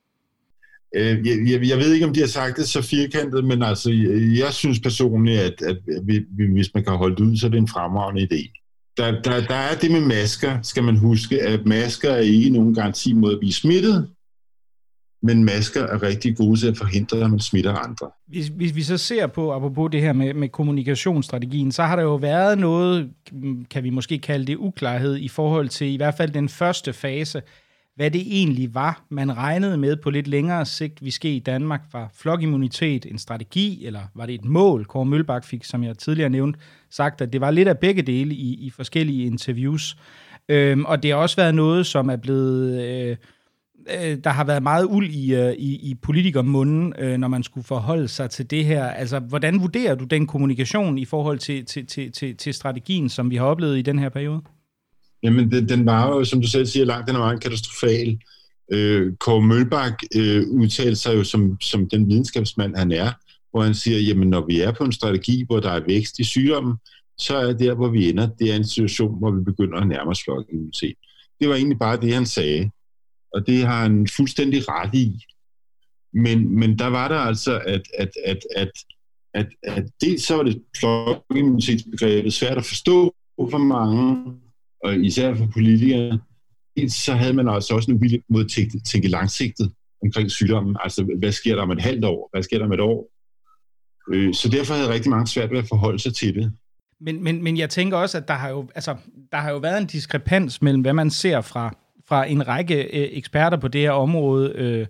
Jeg ved ikke, om de har sagt det så firkantet, men altså, jeg synes personligt, at hvis man kan holde det ud, så er det en fremragende idé. Der er det med masker, skal man huske, at masker er ikke nogen garanti mod at blive smittet, men masker er rigtig gode til at forhindre, at man smitter andre. Hvis vi så ser på, apropos det her med kommunikationsstrategien, så har der jo været noget, kan vi måske kalde det uklarhed, i forhold til i hvert fald den første fase, hvad det egentlig var, man regnede med på lidt længere sigt, vi ske i Danmark. Var flokimmunitet en strategi, eller var det et mål? Kåre Mølbak fik, som jeg tidligere nævnte, sagt, at det var lidt af begge dele i forskellige interviews. Og det har også været noget, som er blevet... der har været meget uld i politikermunden, når man skulle forholde sig til det her. Altså, hvordan vurderer du den kommunikation i forhold til strategien, som vi har oplevet i den her periode? Jamen, den var jo, som du selv siger, langt den er meget katastrofal. Kåre Mølbak udtalte sig jo som den videnskabsmand, han er, hvor han siger, jamen, når vi er på en strategi, hvor der er vækst i sygdommen, så er der, hvor vi ender, det er en situation, hvor vi begynder at nærme os flokimmunitet. Det var egentlig bare det, han sagde. Og det har han fuldstændig ret i. Men der var der altså, at dels så var det flokimmunitetsbegrebet svært at forstå for mange, og især for politikere. Dels så havde man altså også en uvilje mod at tænke langsigtet omkring sygdommen. Altså, hvad sker der om et halvt år? Hvad sker der om et år? Så derfor havde rigtig mange svært ved at forholde sig til det. Men jeg tænker også, at der har jo været en diskrepans mellem, hvad man ser fra en række eksperter på det her område.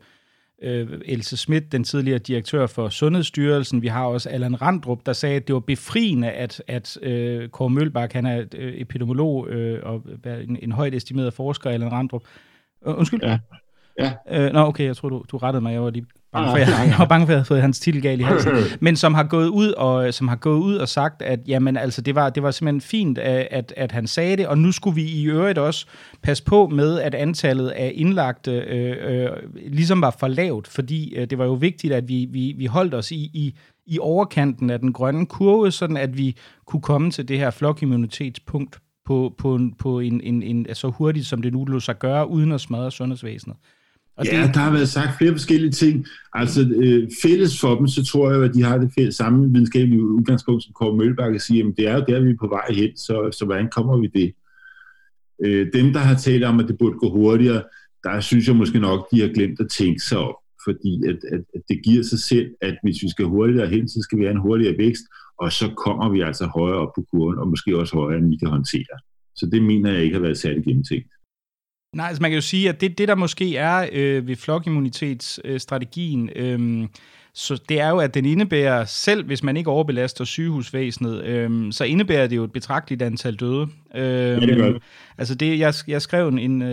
Else Schmidt, den tidligere direktør for Sundhedsstyrelsen. Vi har også Allan Randrup, der sagde, at det var befriende, at Kåre Mølbak, han er epidemiolog og en højt estimeret forsker, Allan Randrup. Undskyld? Ja. Okay, jeg tror, du rettede mig. Jeg var lige bange for, jeg var bange for, at jeg havde fået hans titel galt i halsen. Men som har gået ud og sagt, at jamen, altså, det var simpelthen fint, at han sagde det, og nu skulle vi i øvrigt også passe på med, at antallet af indlagte ligesom var for lavt, fordi det var jo vigtigt, at vi holdt os i overkanten af den grønne kurve, sådan at vi kunne komme til det her flokimmunitetspunkt på en så hurtigt, som det nu lå sig gøre, uden at smadre sundhedsvæsenet. Og der har været sagt flere forskellige ting. Altså fælles for dem, så tror jeg, at de har det samme videnskabelige udgangspunkt, som Kåre Mølbak siger, at det er jo der, vi er på vej hen, så hvordan kommer vi det? Dem, der har talt om, at det burde gå hurtigere, der synes jeg måske nok, de har glemt at tænke sig op, fordi at det giver sig selv, at hvis vi skal hurtigere hen, så skal vi have en hurtigere vækst, og så kommer vi altså højere op på kurven, og måske også højere, end vi kan håndtere. Så det mener jeg ikke har været særligt gennemtænkt. Nej, altså man kan jo sige, at det der måske er ved flokimmunitetsstrategien, så det er jo, at den indebærer, selv hvis man ikke overbelaster sygehusvæsenet, så indebærer det jo et betragteligt antal døde. Ja, det gør det. Altså jeg skrev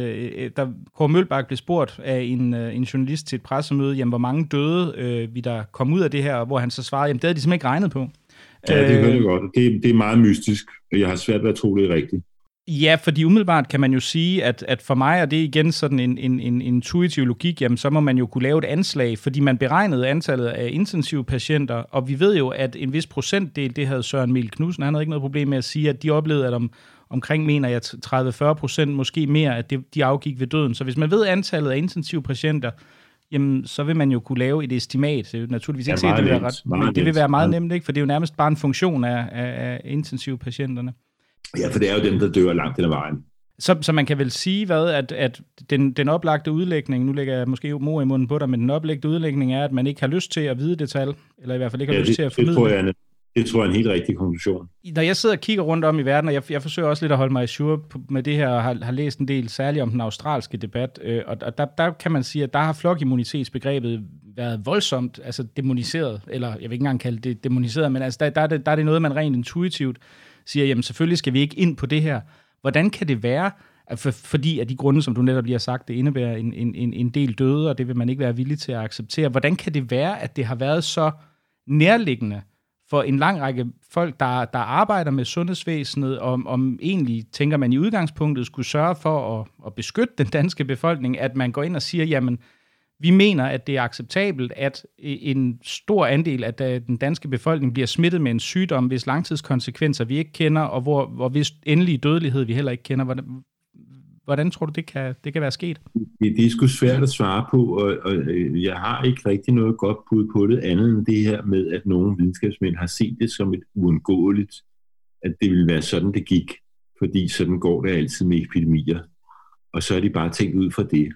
da Kåre Mølbak blev spurgt af en journalist til et pressemøde, jamen hvor mange døde vi der kom ud af det her, hvor han så svarede, jamen det havde de simpelthen ikke regnet på. Ja, det hører jeg godt. Det er meget mystisk, og jeg har svært ved at tro, det er rigtigt. Ja, fordi umiddelbart kan man jo sige, at for mig er det igen sådan en intuitiv logik, jamen så må man jo kunne lave et anslag, fordi man beregnede antallet af intensive patienter, og vi ved jo, at en vis procentdel, det havde Søren Miel Knudsen, han havde ikke noget problem med at sige, at de oplevede, at omkring, mener jeg, 30-40%, måske mere, at de afgik ved døden. Så hvis man ved antallet af intensive patienter, jamen så vil man jo kunne lave et estimat. Det er jo naturligvis ikke sikkert, det vil være ret, men det vil være meget nemt, ikke? For det er jo nærmest bare en funktion af intensive patienterne. Ja, for det er jo dem, der dør langt den vejen. Så man kan vel sige, at den oplagte udlægning, nu lægger jeg måske mor i munden på dig, men den oplagte udlægning er, at man ikke har lyst til at vide det tal, eller i hvert fald ikke har lyst til at formidle. Det tror jeg er en helt rigtig konklusion. Når jeg sidder og kigger rundt om i verden, og jeg forsøger også lidt at holde mig ajour med det her, og har læst en del, særligt om den australske debat, og der kan man sige, at der har flokimmunitetsbegrebet været voldsomt altså demoniseret, eller jeg vil ikke engang kalde det demoniseret, men altså der er det noget, man rent intuitivt siger, jamen selvfølgelig skal vi ikke ind på det her. Hvordan kan det være, fordi af de grunde, som du netop lige har sagt, det indebærer en del døde, og det vil man ikke være villig til at acceptere. Hvordan kan det være, at det har været så nærliggende for en lang række folk, der arbejder med sundhedsvæsenet, om egentlig, tænker man i udgangspunktet, skulle sørge for at beskytte den danske befolkning, at man går ind og siger, jamen, vi mener, at det er acceptabelt, at en stor andel af den danske befolkning bliver smittet med en sygdom, hvis langtidskonsekvenser vi ikke kender, og hvis endelige dødelighed vi heller ikke kender. Hvordan tror du, det kan være sket? Det er sgu svært at svare på, og jeg har ikke rigtig noget godt bud på det, andet end det her med, at nogle videnskabsmænd har set det som et uundgåeligt, at det ville være sådan, det gik, fordi sådan går det altid med epidemier. Og så er de bare tænkt ud fra det.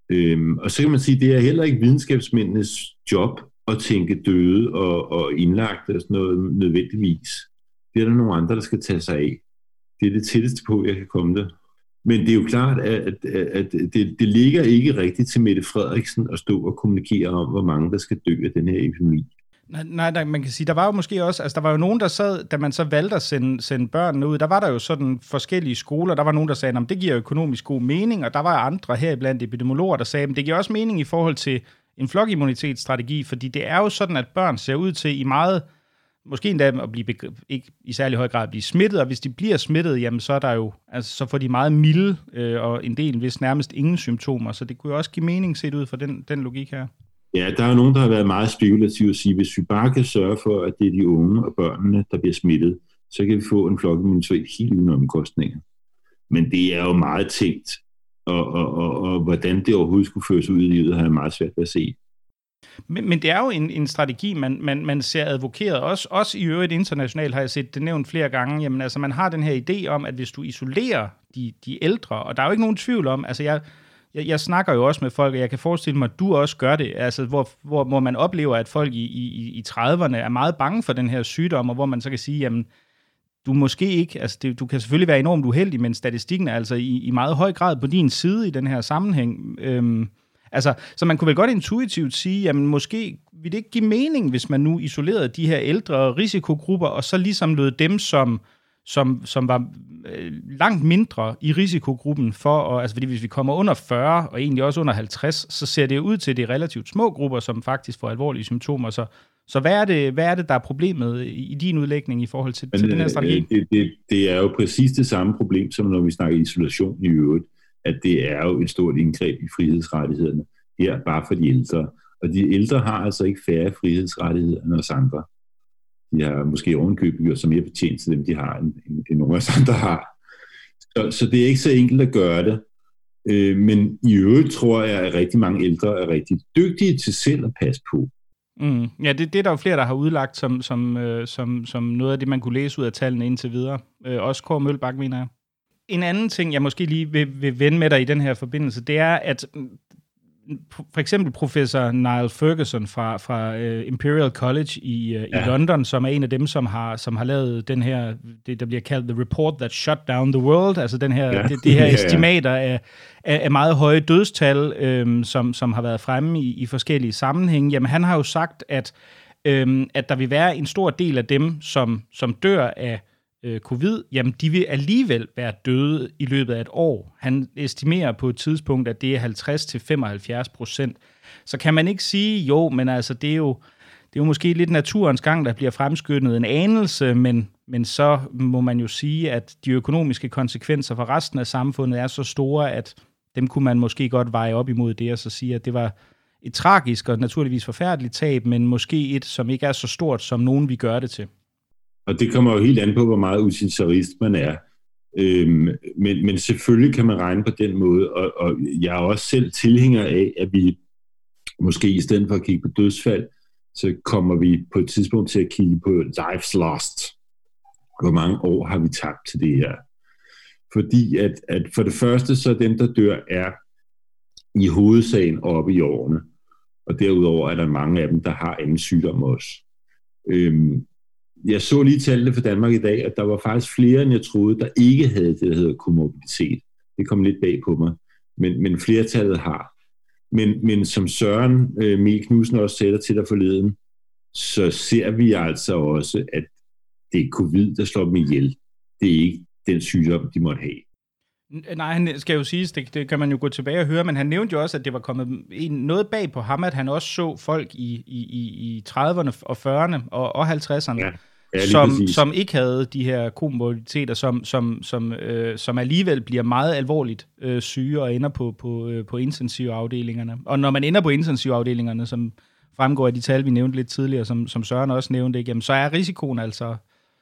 Og så kan man sige, at det er heller ikke videnskabsmændenes job at tænke døde og indlagte og sådan noget nødvendigvis. Det er der nogle andre, der skal tage sig af. Det er det tætteste på, jeg kan komme det. Men det er jo klart, at det ligger ikke rigtigt til Mette Frederiksen at stå og kommunikere om, hvor mange der skal dø af den her epidemi. Nej, man kan sige, der var jo måske også, altså der var jo nogen, der sad, da man så valgte at sende børnene ud, der var der jo sådan forskellige skoler, der var nogen, der sagde, at det giver økonomisk god mening, og der var andre her blandt epidemiologer, der sagde, at det giver også mening i forhold til en flokimmunitetsstrategi, fordi det er jo sådan, at børn ser ud til i meget, måske endda at blive ikke i særlig høj grad at blive smittet, og hvis de bliver smittet, jamen så er der jo, altså så får de meget milde, og en del, hvis nærmest ingen symptomer, så det kunne jo også give mening set ud fra den logik her. Ja, der er jo nogen, der har været meget spekulative at sige, hvis vi bare kan sørge for, at det er de unge og børnene, der bliver smittet, så kan vi få en flokimmunitet helt uden omkostninger. Men det er jo meget tænkt, og hvordan det overhovedet skulle føres ud i livet, har jeg meget svært ved at se. Men det er jo en strategi, man ser advokeret, også i øvrigt internationalt har jeg set det nævnt flere gange, jamen altså man har den her idé om, at hvis du isolerer de ældre, og der er jo ikke nogen tvivl om, altså jeg snakker jo også med folk, og jeg kan forestille mig, at du også gør det, altså hvor man oplever, at folk i 30'erne er meget bange for den her sygdom, og hvor man så kan sige, jamen du måske ikke, altså du kan selvfølgelig være enormt uheldig, men statistikken er altså i meget høj grad på din side i den her sammenhæng. Så man kunne vel godt intuitivt sige, jamen måske vil det ikke give mening, hvis man nu isolerede de her ældre risikogrupper, og så ligesom lod dem, som var langt mindre i risikogruppen fordi hvis vi kommer under 40, og egentlig også under 50, så ser det ud til de relativt små grupper, som faktisk får alvorlige symptomer. Så hvad er det, der er problemet i din udlægning i forhold til den her strategi? Det er jo præcis det samme problem, som når vi snakker isolation i øvrigt, at det er jo et stort indgreb i frihedsrettighederne. Her bare for de ældre. Og de ældre har altså ikke færre frihedsrettigheder end os andre. De har måske ovenkøbet gjort som mere betjent til dem, de har, end nogle af os andre har. Så det er ikke så enkelt at gøre det. Men i øvrigt tror jeg, at rigtig mange ældre er rigtig dygtige til selv at passe på. Ja, det er der jo flere, der har udlagt som noget af det, man kunne læse ud af tallene indtil videre. Også Kåre Mølbak, mener jeg. En anden ting, jeg måske lige vil vende med dig i den her forbindelse, det er, at for eksempel professor Niall Ferguson fra Imperial College i London, som er en af dem, som har lavet den her, det der bliver kaldt The Report That Shut Down the World, altså den her, det her estimater af meget høje dødstal, som har været fremme i forskellige sammenhænge. Jamen han har jo sagt, at der vil være en stor del af dem, som dør af covid, jamen de vil alligevel være døde i løbet af et år. Han estimerer på et tidspunkt, at det er 50-75%. Så kan man ikke sige, jo, men altså det er jo måske lidt naturens gang, der bliver fremskyndet en anelse, men så må man jo sige, at de økonomiske konsekvenser for resten af samfundet er så store, at dem kunne man måske godt veje op imod det, og så sige, at det var et tragisk og naturligvis forfærdeligt tab, men måske et, som ikke er så stort, som nogen vi gør det til. Og det kommer jo helt an på, hvor meget utilitarist man er. Men selvfølgelig kan man regne på den måde, og jeg er også selv tilhænger af, at vi måske i stedet for at kigge på dødsfald, så kommer vi på et tidspunkt til at kigge på lives lost. Hvor mange år har vi tabt til det her? Fordi at for det første, så dem, der dør, er i hovedsagen oppe i årene. Og derudover er der mange af dem, der har anden sygdom også. Jeg så lige tallene for Danmark i dag, at der var faktisk flere, end jeg troede, der ikke havde det, der hedder komorbiditet. Det kom lidt bag på mig, men flertallet har. Men som Søren Mel Knudsen også sætter til dig forleden, så ser vi altså også, at det er covid, der slår dem ihjel. Det er ikke den sygdom, de måtte have. Nej, han skal jo siges, det kan man jo gå tilbage og høre, men han nævnte jo også, at det var kommet noget bag på ham, at han også så folk i 30'erne og 40'erne og 50'erne, som ikke havde de her komorbiditeter, som alligevel bliver meget alvorligt syge og ender på intensivafdelingerne. Og når man ender på intensivafdelingerne, som fremgår af de tal, vi nævnte lidt tidligere, som Søren også nævnte, ikke, så er risikoen altså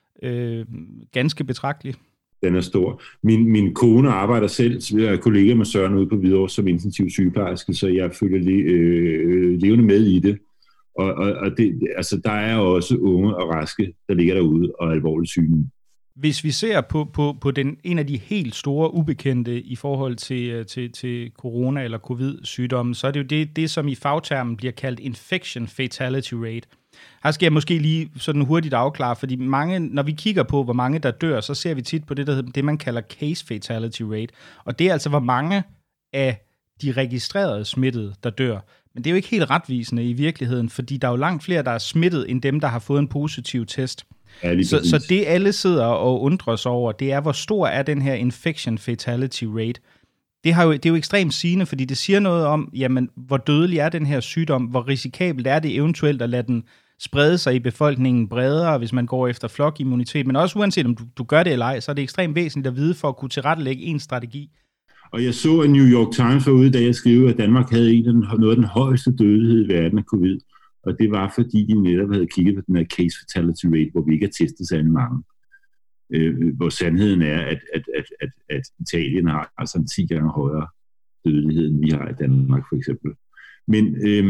ganske betragtelig. Den er stor. Min kone arbejder selv, jeg er kollega med Søren ude på Hvidovre som intensiv sygeplejerske, så jeg følger levende med i det. Og det, altså, der er også unge og raske, der ligger derude og er alvorligt syge. Hvis vi ser på en af de helt store ubekendte i forhold til corona eller covid-sygdommen, så er det jo det, som i fagtermen bliver kaldt infection fatality rate. Her skal jeg måske lige sådan hurtigt afklare, fordi når vi kigger på, hvor mange der dør, så ser vi tit på det man kalder case fatality rate. Og det er altså, hvor mange af de registrerede smittede, der dør. Men det er jo ikke helt retvisende i virkeligheden, fordi der er jo langt flere, der er smittet, end dem, der har fået en positiv test. Ja, så det alle sidder og undrer sig over, det er, hvor stor er den her infection fatality rate. Det er jo ekstremt sigende, fordi det siger noget om, jamen, hvor dødelig er den her sygdom, hvor risikabelt er det eventuelt at lade den sprede sig i befolkningen bredere, hvis man går efter flokimmunitet, men også uanset om du gør det eller ej, så er det ekstremt væsentligt at vide for at kunne tilrettelægge en strategi. Og jeg så, at New York Times var ude, da jeg skrev, at Danmark havde noget af den højeste dødelighed i verden af covid, og det var, fordi de netop havde kigget på den her case fatality rate, hvor vi ikke har testet særlig mange. Hvor sandheden er, at Italien har altså en 10 gange højere dødelighed, end vi har i Danmark, for eksempel. Men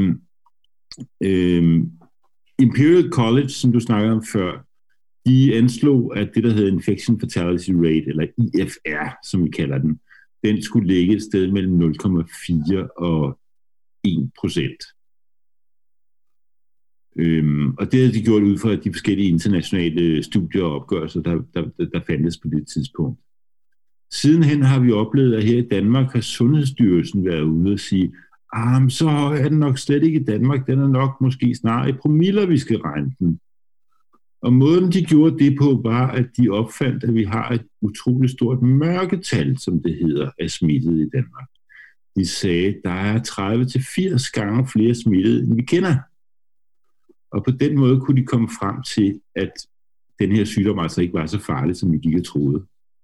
Imperial College, som du snakkede om før, de anslog, at det, der hedder infection fatality rate, eller IFR, som vi kalder den skulle ligge et sted mellem 0,4 og 1%. Og det havde de gjort ud fra de forskellige internationale studier og opgørelser, der fandtes på det tidspunkt. Sidenhen har vi oplevet, at her i Danmark har Sundhedsstyrelsen været ude og sige, så er den nok slet ikke i Danmark, den er nok måske snarere i promiller, vi skal regne den. Og måden de gjorde det på, var, at de opfandt, at vi har et utroligt stort mørketal, som det hedder, af smittede i Danmark. De sagde, at der er 30-80 gange flere smittede, end vi kender. Og på den måde kunne de komme frem til, at den her sygdom altså ikke var så farlig, som vi gik og troede.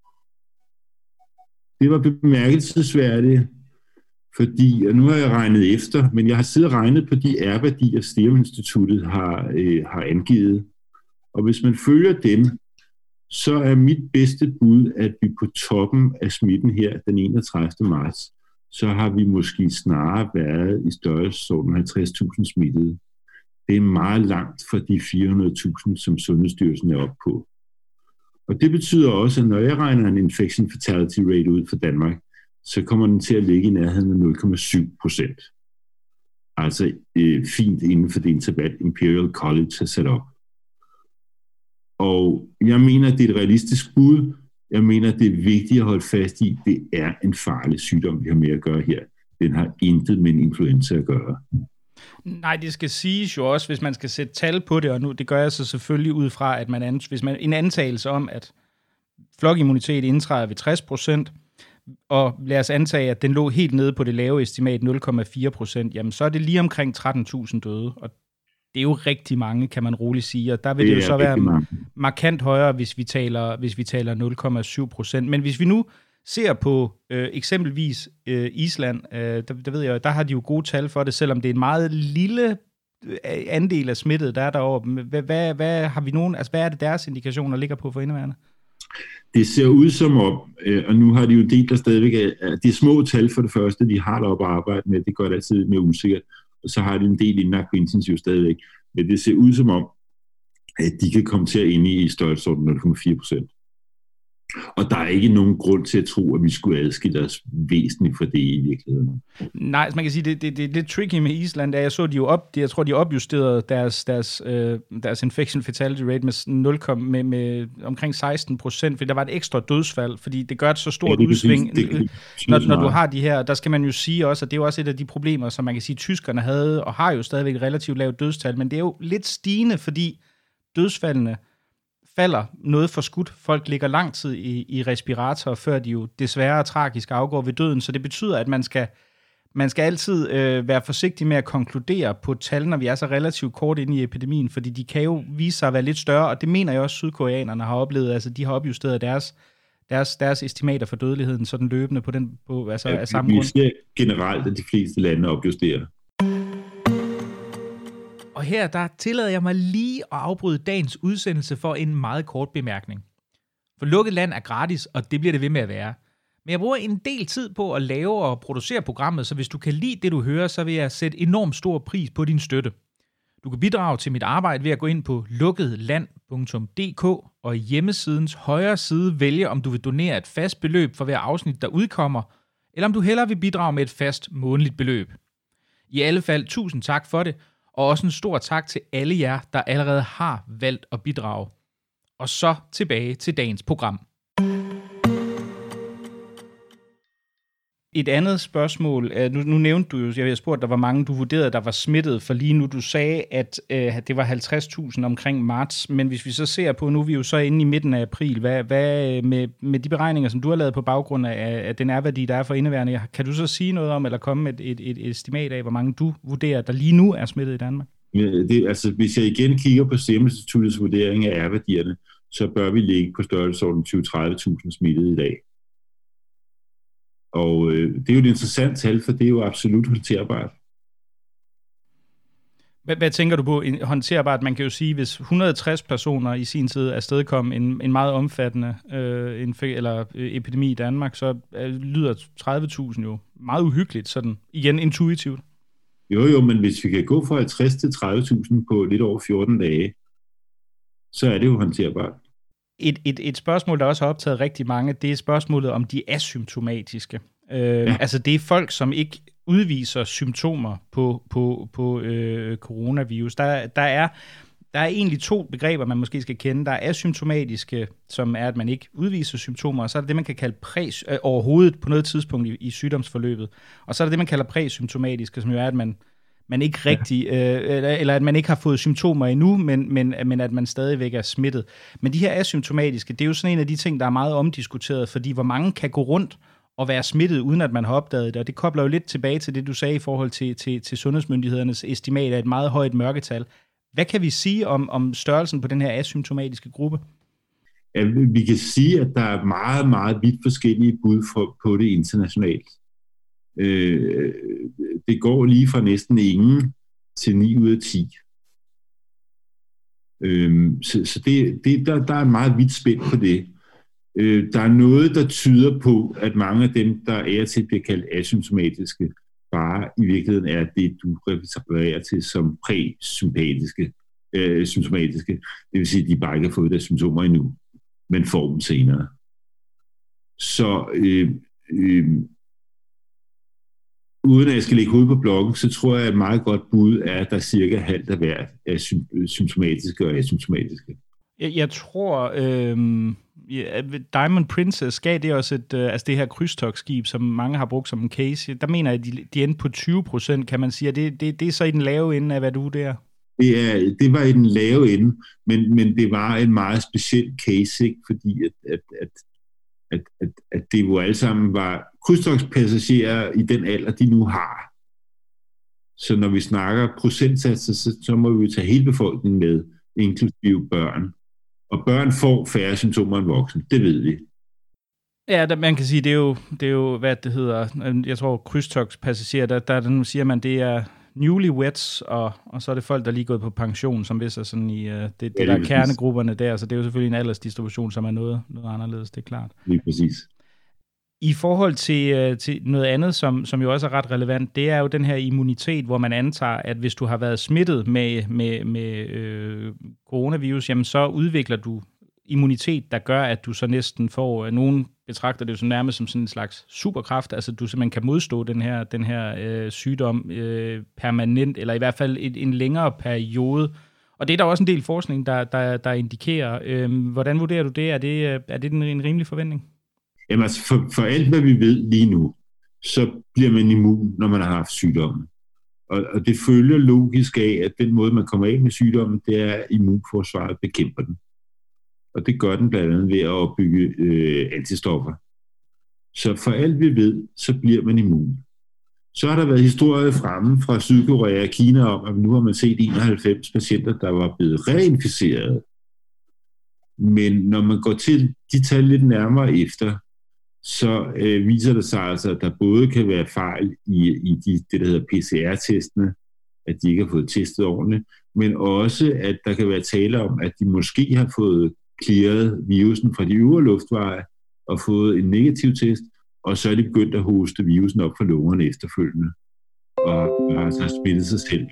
Det var bemærkelsesværdigt, fordi, og nu har jeg regnet efter, men jeg har siddet og regnet på de R-værdier, Serum Instituttet har angivet. Og hvis man følger dem, så er mit bedste bud, at vi på toppen af smitten her den 31. marts, så har vi måske snarere været i størrelsesorden 50.000 smittede. Det er meget langt fra de 400.000, som Sundhedsstyrelsen er oppe på. Og det betyder også, at når jeg regner en infection fatality rate ud for Danmark, så kommer den til at ligge i nærheden af 0,7%. Altså fint inden for det interval, Imperial College har sat op. Og jeg mener, at det er et realistisk bud. Jeg mener, at det er vigtigt at holde fast i, at det er en farlig sygdom, vi har med at gøre her. Den har intet med en influenza at gøre. Nej, det skal siges jo også, hvis man skal sætte tal på det, og nu det gør jeg så selvfølgelig ud fra, at en antagelse om, at flokimmunitet indtræder ved 60%, og lad os antage, at den lå helt nede på det lave estimat 0,4%, jamen så er det lige omkring 13.000 døde, og det er jo rigtig mange, kan man roligt sige, og der vil det jo så være markant højere, hvis vi taler 0,7%. Men hvis vi nu ser på eksempelvis Island, der ved jeg, der har de jo gode tal for det, selvom det er en meget lille andel af smittet, der er derovre. Hvad har vi nogen, altså hvad er det deres indikationer ligger på for indeværende? Det ser ud som om, og nu har de jo delt der stadigvæk, at det er små tal for det første, de har deroppe at arbejde med, det gør det altid mere usikkert, og så har de en del indlagt på intensiv stadigvæk. Men det ser ud som om, at de kan komme til at ende i størrelsesorden 0,4%. Og der er ikke nogen grund til at tro, at vi skulle adskille os væsentligt fra det i virkeligheden. Nej, man kan sige, det er lidt tricky med Island. Jeg tror, de opjusterede deres infection fatality rate med omkring 16%, fordi der var et ekstra dødsfald, fordi det gør et så stort udsving. Når du har de her, der skal man jo sige også, at det er jo også et af de problemer, som man kan sige, tyskerne havde, og har jo stadigvæk relativt lavt dødstal, men det er jo lidt stigende, fordi dødsfaldene falder noget for skudt. Folk ligger lang tid i respirator, før de jo desværre tragisk afgår ved døden, så det betyder, at man skal altid være forsigtig med at konkludere på tal, når vi er så relativt kort inde i epidemien, fordi de kan jo vise sig at være lidt større, og det mener jeg også, sydkoreanerne har oplevet. Altså, de har opjusteret deres estimater for dødeligheden sådan løbende af samme grund. Vi ser generelt, at de fleste lande opjusterer. Og her der tillader jeg mig lige at afbryde dagens udsendelse for en meget kort bemærkning. For lukket land er gratis, og det bliver det ved med at være. Men jeg bruger en del tid på at lave og producere programmet, så hvis du kan lide det, du hører, så vil jeg sætte enormt stor pris på din støtte. Du kan bidrage til mit arbejde ved at gå ind på lukketland.dk og i hjemmesidens højre side vælge, om du vil donere et fast beløb for hver afsnit, der udkommer, eller om du hellere vil bidrage med et fast månedligt beløb. I alle fald, tusind tak for det, og også en stor tak til alle jer, der allerede har valgt at bidrage. Og så tilbage til dagens program. Et andet spørgsmål, nu nævnte du jo, jeg har spurgt, der var mange, du vurderede, der var smittet, for lige nu du sagde, at det var 50.000 omkring marts, men hvis vi så ser på, nu er vi jo så inde i midten af april, hvad med de beregninger, som du har lavet på baggrund af den R-værdi, der er for indeværende, kan du så sige noget om, eller komme med et estimat af, hvor mange du vurderer, der lige nu er smittet i Danmark? Altså, hvis jeg igen kigger på Serum Instituttets vurdering af R-værdierne, så bør vi ligge på størrelsesorden 20-30.000 smittede i dag. Og det er jo et interessant tal, for det er jo absolut håndterbart. Hvad tænker du på håndterbart? Man kan jo sige, hvis 160 personer i sin tid afstedkom en meget omfattende epidemi i Danmark, så lyder 30.000 jo meget uhyggeligt, sådan igen intuitivt. Jo, men hvis vi kan gå fra 50 til 30.000 på lidt over 14 dage, så er det jo håndterbart. Et spørgsmål, der også har optaget rigtig mange, det er spørgsmålet om de asymptomatiske. Ja. Altså det er folk, som ikke udviser symptomer på coronavirus. Der er egentlig to begreber, man måske skal kende. Der er asymptomatiske, som er, at man ikke udviser symptomer, og så er det det, man kan kalde overhovedet på noget tidspunkt i sygdomsforløbet. Og så er det det, man kalder præsymptomatiske, som jo er, at man ikke rigtig, eller at man ikke har fået symptomer endnu, men at man stadigvæk er smittet. Men de her asymptomatiske, det er jo sådan en af de ting, der er meget omdiskuteret, fordi hvor mange kan gå rundt og være smittet, uden at man har opdaget det, og det kobler jo lidt tilbage til det, du sagde i forhold til sundhedsmyndighedernes estimat af et meget højt mørketal. Hvad kan vi sige om størrelsen på den her asymptomatiske gruppe? Ja, vi kan sige, at der er meget, meget vidt forskellige bud på det internationalt. Det går lige fra næsten ingen til 9 ud af 10. Så der er en meget vidt spænd på det. Der er noget, der tyder på, at mange af dem, der er til bliver kaldt asymptomatiske, bare i virkeligheden er det, du refererer til som præsymptomatiske. Det vil sige, at de bare ikke har fået deres symptomer endnu, men får dem senere. Så uden at jeg skal lægge hovedet på blokken, så tror jeg, at et meget godt bud er, at der er cirka halvt af hvert er symptomatiske og asymptomatiske. Jeg tror, Diamond Princess gav det også altså det her krydstogtskib, som mange har brugt som en case. Der mener jeg, at de endte på 20%, kan man sige. Det er så i den lave ende af, hvad du vurderer? Det var i den lave ende, men det var en meget speciel case, ikke? Fordi at det jo alle sammen var krydstogtspassagerer i den alder, de nu har. Så når vi snakker procentsatser, så må vi tage hele befolkningen med, inklusive børn. Og børn får færre symptomer end voksne, det ved vi. Ja, man kan sige, det er jo hvad det hedder, jeg tror krydstogtspassagerer, der siger man, det er newlyweds, og så er det folk, der er lige gået på pension, som hvis er sådan i det der er kernegrupperne der, så det er jo selvfølgelig en aldersdistribution, som er noget anderledes, det er klart. Lige præcis. I forhold til noget andet, som jo også er ret relevant, det er jo den her immunitet, hvor man antager, at hvis du har været smittet med coronavirus, jamen så udvikler du immunitet, der gør, at du så næsten får, nogen betragter det jo som nærmest som sådan en slags superkraft, altså du simpelthen kan modstå den her sygdom permanent, eller i hvert fald en længere periode. Og det er der også en del forskning, der indikerer. Hvordan vurderer du det? Er det en rimelig forventning? Jamen altså for alt, hvad vi ved lige nu, så bliver man immun, når man har haft sygdommen. Og det følger logisk af, at den måde, man kommer af med sygdommen, det er, at immunforsvaret bekæmper den. Og det gør den blandt andet ved at opbygge antistoffer. Så for alt vi ved, så bliver man immun. Så har der været historier fremme fra Sydkorea og Kina om, at nu har man set 91 patienter, der var blevet reinficeret. Men når man går til de tal lidt nærmere efter, så viser det sig altså, at der både kan være fejl i det, der hedder PCR-testene, at de ikke har fået testet ordentligt, men også, at der kan være tale om, at de måske har fået clearet virusen fra de øvre luftveje og fået en negativ test, og så er de begyndt at hoste virusen op fra lungerne efterfølgende, og har altså smittet sig selv.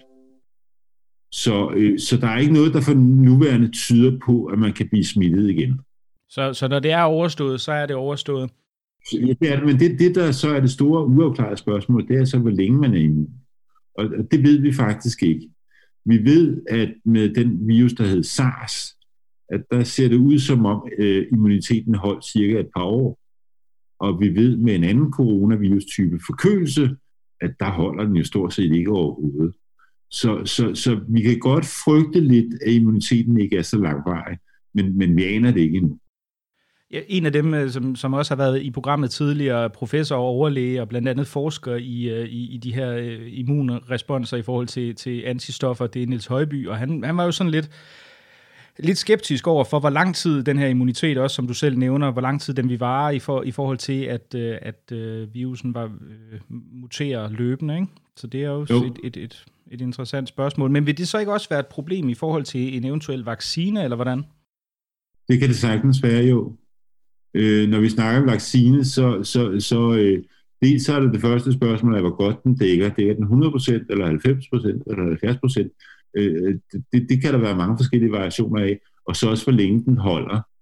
Så der er ikke noget, der for nuværende tyder på, at man kan blive smittet igen. Så når det er overstået, så er det overstået? Ja, det er det, men det, der så er det store uafklarede spørgsmål, det er så, hvor længe man er immun. Og det ved vi faktisk ikke. Vi ved, at med den virus, der hed SARS, at der ser det ud som om immuniteten holdt cirka et par år. Og vi ved med en anden coronavirus-type forkølelse, at der holder den jo stort set ikke overhovedet. Så vi kan godt frygte lidt, at immuniteten ikke er så langvarig, men vi aner det ikke endnu. Ja, en af dem, som også har været i programmet tidligere, professor og overlæge og blandt andet forsker i de her immunresponser i forhold til antistoffer, det er Niels Højby, og han var jo sådan lidt skeptisk over for, hvor lang tid den her immunitet, også som du selv nævner, hvor lang tid den vi varer i forhold til, at virusen var muterer løbende, ikke? Så det er jo et interessant spørgsmål. Men vil det så ikke også være et problem i forhold til en eventuel vaccine, eller hvordan? Det kan det sagtens være, jo. Når vi snakker om vaccine, så er det første spørgsmål, hvor godt den dækker. Dækker den 100%, eller 90%, eller 70%? Det kan der være mange forskellige variationer af, og så også hvor længe den holder.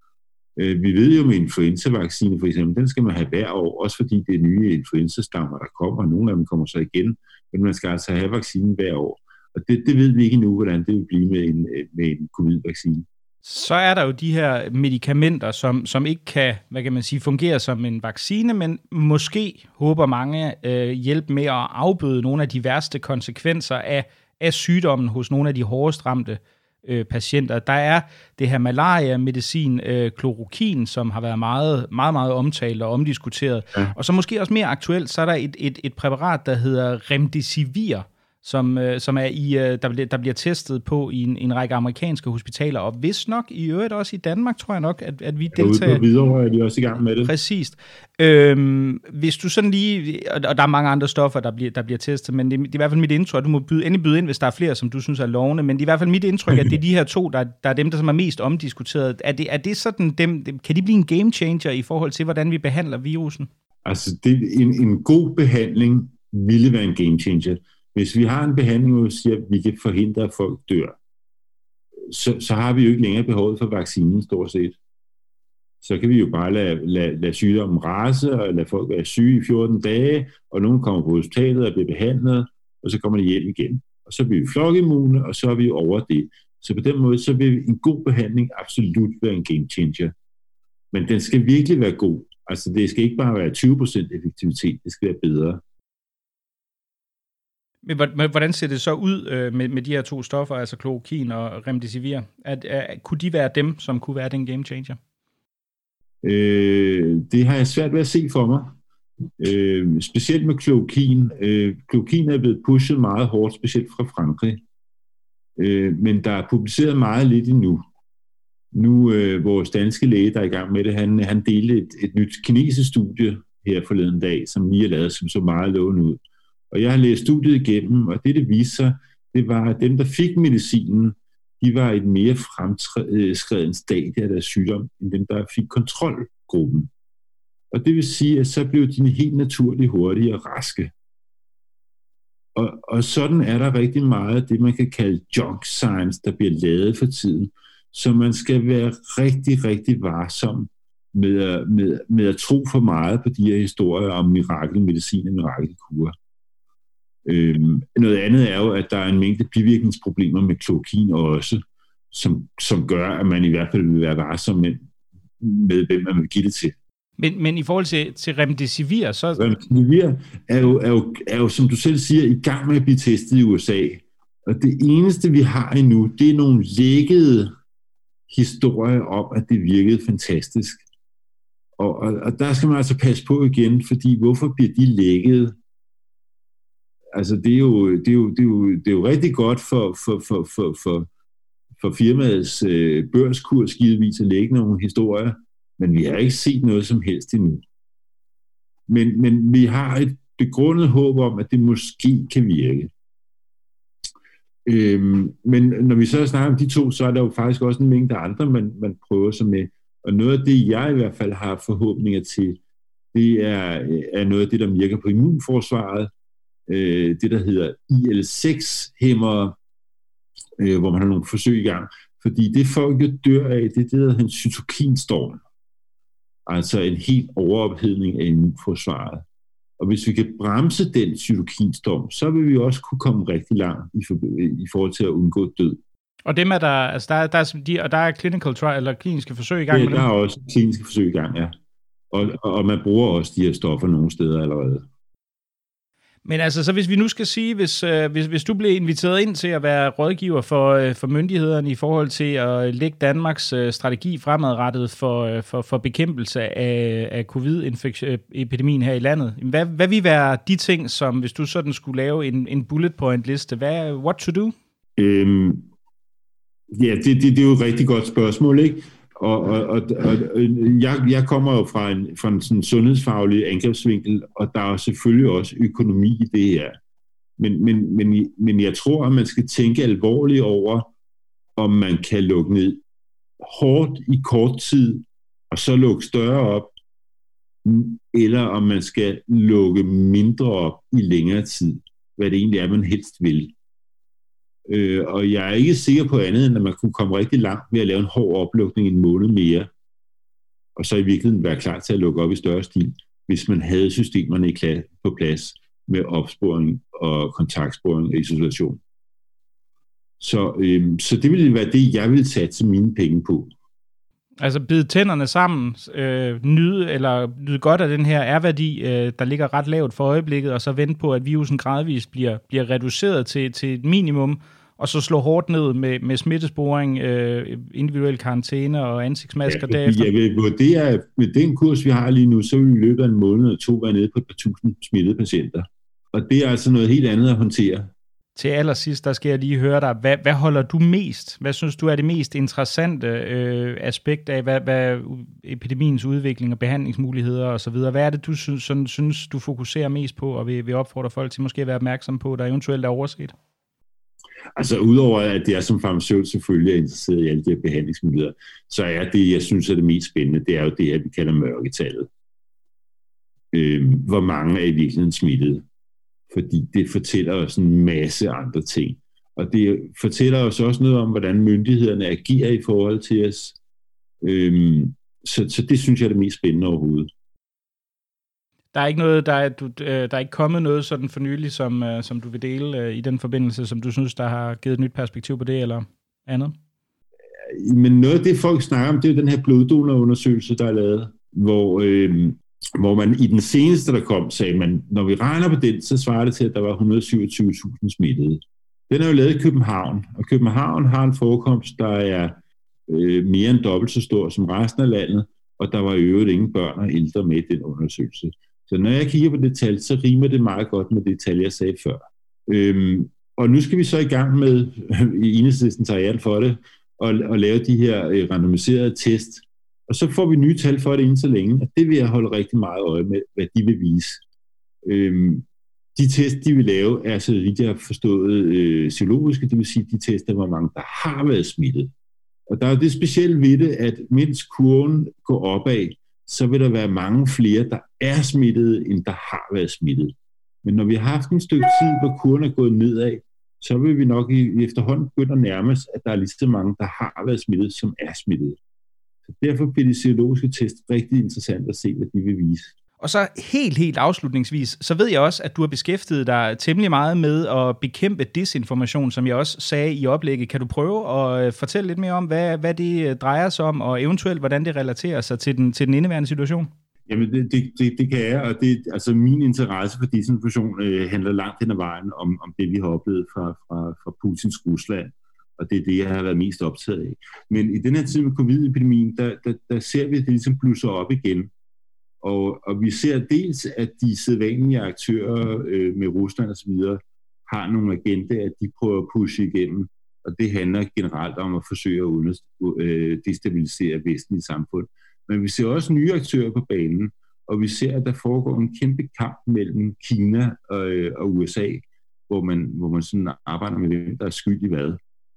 Vi ved jo med influenza-vaccine for eksempel, den skal man have hver år, også fordi det er nye influenza-stammer, der kommer, og nogle af dem kommer så igen, men man skal altså have vaccinen hver år. Og det ved vi ikke endnu, hvordan det vil blive med en covid-vaccine. Så er der jo de her medicamenter, som ikke kan, hvad kan man sige, fungere som en vaccine, men måske håber mange hjælpe med at afbøde nogle af de værste konsekvenser af sygdommen hos nogle af de hårdest ramte patienter. Der er det her malaria-medicin, klorokin, som har været meget, meget, meget omtalt og omdiskuteret. Ja. Og så måske også mere aktuelt, så er der et præparat, der hedder Remdesivir, som er der bliver testet på i en række amerikanske hospitaler, og vist nok i øvrigt også i Danmark, tror jeg nok, at vi deltager. Ude på Hvidovre er de også i gang med det. Præcist. Hvis du sådan lige, og der er mange andre stoffer, der bliver testet, men det er i hvert fald mit indtryk, du må endelig byde ind, hvis der er flere, som du synes er lovende, men det er i hvert fald mit indtryk, at det er de her to, der er dem, der som er mest omdiskuteret. Er det sådan dem, kan de blive en game changer i forhold til, hvordan vi behandler virusen? Altså, en god behandling ville være en game changer. Hvis vi har en behandling, hvor vi siger, at vi kan forhindre, at folk dør, så har vi jo ikke længere behovet for vaccinen, stort set. Så kan vi jo bare lade sygdommen rase, og lade folk være syge i 14 dage, og nogen kommer på hospitalet og bliver behandlet, og så kommer de hjem igen. Og så bliver vi flokimmune, og så er vi over det. Så på den måde, så vil en god behandling absolut være en game changer. Men den skal virkelig være god. Altså, det skal ikke bare være 20% effektivitet, det skal være bedre. Men hvordan ser det så ud med de her to stoffer, altså klorokin og remdesivir? Kunne de være dem, som kunne være den game changer? Det har jeg svært ved at se for mig. Specielt med klorokin. Klorokin er blevet pushet meget hårdt, specielt fra Frankrig. Men der er publiceret meget lidt endnu. Nu vores danske læge, der er i gang med det, han delte et nyt kinesisk studie her forleden dag, som lige er lavet, som så meget lovende ud. Og jeg har læst studiet igennem, og det viser sig, det var, at dem, der fik medicinen, de var i et mere fremskreden stadie af deres sygdom, end dem, der fik kontrolgruppen. Og det vil sige, at så blev de helt naturligt hurtige og raske. Og sådan er der rigtig meget det, man kan kalde junk science, der bliver lavet for tiden. Så man skal være rigtig, rigtig varsom med at tro for meget på de her historier om mirakelmedicin og mirakelkur. Noget andet er jo, at der er en mængde bivirkningsproblemer med klorokin også, som gør, at man i hvert fald vil være varsom med hvem man vil give det til. Men i forhold til remdesivir, så... Remdesivir er jo, som du selv siger, i gang med at blive testet i USA. Og det eneste, vi har endnu, det er nogle lækkede historier om, at det virkede fantastisk. Og der skal man altså passe på igen, fordi hvorfor bliver de lækket? Altså, det er jo rigtig godt for firmaets børskurs givetvis at lægge nogle historier, men vi har ikke set noget som helst endnu. Men vi har et begrundet håb om, at det måske kan virke. Men når vi så snakker om de to, så er der jo faktisk også en mængde andre, man prøver sig med. Og noget af det, jeg i hvert fald har forhåbninger til, det er noget af det, der virker på immunforsvaret. Det, der hedder IL-6-hæmmere, hvor man har nogle forsøg i gang. Fordi det folk jo dør af, det er det, der hedder en cytokinstorm. Altså en helt overophedning af immunforsvaret. Og hvis vi kan bremse den cytokinstorm, så vil vi også kunne komme rigtig langt i forhold til at undgå død. Og dem er der, altså der er clinical trial, eller kliniske forsøg i gang med dem? Ja, der er også kliniske forsøg i gang, ja. Og man bruger også de her stoffer nogle steder allerede. Men altså, så hvis vi nu skal sige, hvis du blev inviteret ind til at være rådgiver for myndighederne i forhold til at lægge Danmarks strategi fremadrettet for bekæmpelse af covid-epidemien her i landet, hvad vil være de ting, som hvis du sådan skulle lave en bullet point liste, what to do? Ja, det er jo et rigtig godt spørgsmål, ikke? Og jeg kommer jo fra en sådan sundhedsfaglig angrebsvinkel, og der er selvfølgelig også økonomi i det her. Men jeg tror, at man skal tænke alvorligt over, om man kan lukke ned hårdt i kort tid, og så lukke større op, eller om man skal lukke mindre op i længere tid, hvad det egentlig er, man helst vil. Og jeg er ikke sikker på andet, end at man kunne komme rigtig langt ved at lave en hård oplukning en måned mere. og så i virkeligheden være klar til at lukke op i større stil, hvis man havde systemerne på plads med opsporing og kontaktsporing og isolation. Så det ville være det, jeg ville satse mine penge på. Altså bide tænderne sammen, nyde godt af den her R-værdi, der ligger ret lavt for øjeblikket, og så vente på, at virusen gradvist bliver reduceret til et minimum, og så slå hårdt ned med smittesporing, individuel karantæne og ansigtsmasker derefter. Jeg vil vurdere, med den kurs, vi har lige nu, så vil vi i løbet af en måned eller 2 være nede på et par tusind smittede patienter. Og det er altså noget helt andet at håndtere. Til allersidst, der skal jeg lige høre dig, hvad holder du mest? Hvad synes du er det mest interessante aspekt af, hvad epidemiens udvikling og behandlingsmuligheder osv.? Hvad er det, du synes, du fokuserer mest på, og vil opfordre folk til måske at være opmærksom på, der eventuelt er overset? Altså udover at jeg som farmaceut selvfølgelig er interesseret i alle de her behandlingsmuligheder, så er det, jeg synes er det mest spændende, det er jo det her, vi kalder mørketallet. Hvor mange er i virkeligheden smittede? Fordi det fortæller os en masse andre ting. Og det fortæller os også noget om, hvordan myndighederne agerer i forhold til os. Så det synes jeg er det mest spændende overhovedet. Der er ikke noget, der er ikke kommet noget sådan for nylig, som du vil dele i den forbindelse, som du synes, der har givet et nyt perspektiv på det, eller andet? Men noget af det, folk snakker om, det er den her bloddonorundersøgelse, der er lavet, hvor man i den seneste, der kom, sagde man, når vi regner på den, så svarer det til, at der var 127.000 smittede. Den er jo lavet i København, og København har en forekomst, der er mere end dobbelt så stor som resten af landet, og der var i øvrigt ingen børn og ældre med i den undersøgelse. Så når jeg kigger på det tal, så rimer det meget godt med det tal, jeg sagde før. Og nu skal vi så i gang med, i Enhedslisten tager jeg for det, og lave de her randomiserede test. Og så får vi nye tal for det inden så længe, og det vil jeg holde rigtig meget øje med, hvad de vil vise. De test, de vil lave, er så vidt jeg har forstået serologiske, det vil sige, de tester, hvor mange der har været smittet. Og der er det specielle ved det, at mens kurven går opad, så vil der være mange flere, der er smittede, end der har været smittet. Men når vi har haft en stykke tid, hvor kurven er gået nedad, så vil vi nok efterhånden begynde at nærme os, at der er lige så mange, der har været smittet, som er smittet. Så derfor bliver de serologiske test rigtig interessant at se, hvad de vil vise. Og så helt afslutningsvis, så ved jeg også, at du har beskæftiget dig temmelig meget med at bekæmpe desinformation, som jeg også sagde i oplægget. Kan du prøve at fortælle lidt mere om, hvad det drejer sig om, og eventuelt, hvordan det relaterer sig til den indeværende situation? Jamen, det kan jeg, og det, altså min interesse for desinformation handler langt hen ad vejen om det, vi har oplevet fra Putins Rusland, og det er det, jeg har været mest optaget af. Men i den her tid med covid-epidemien, der ser vi, at det ligesom blusser op igen. Og vi ser dels, at de sædvanlige aktører med Rusland osv. har nogle agendaer, at de prøver at pushe igennem, og det handler generelt om at forsøge at destabilisere vestlige samfund. Men vi ser også nye aktører på banen, og vi ser, at der foregår en kæmpe kamp mellem Kina og USA, hvor man sådan arbejder med hvem, der er skyld i hvad.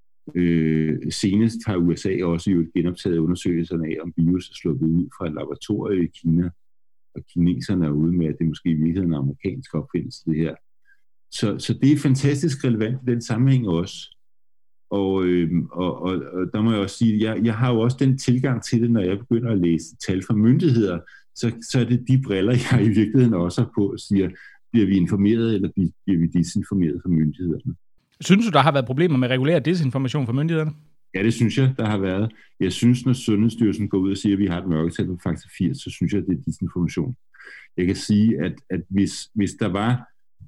Senest har USA også jo genoptaget undersøgelserne af, om virus er sluppet ud fra et laboratorium i Kina, og kineserne er ude med, at det måske i virkeligheden er en amerikansk opfindelse, det her. Så det er fantastisk relevant i den sammenhæng også. Og der må jeg også sige, at jeg har jo også den tilgang til det, når jeg begynder at læse tal fra myndigheder, så er det de briller, jeg i virkeligheden også har på og siger, bliver vi informeret, eller bliver vi desinformeret fra myndighederne? Synes du, der har været problemer med regulær desinformation fra myndighederne? Ja, det synes jeg, der har været. Jeg synes, når Sundhedsstyrelsen går ud og siger, at vi har et mørketal på faktor 80, så synes jeg, det er desinformation. Jeg kan sige, at hvis der var,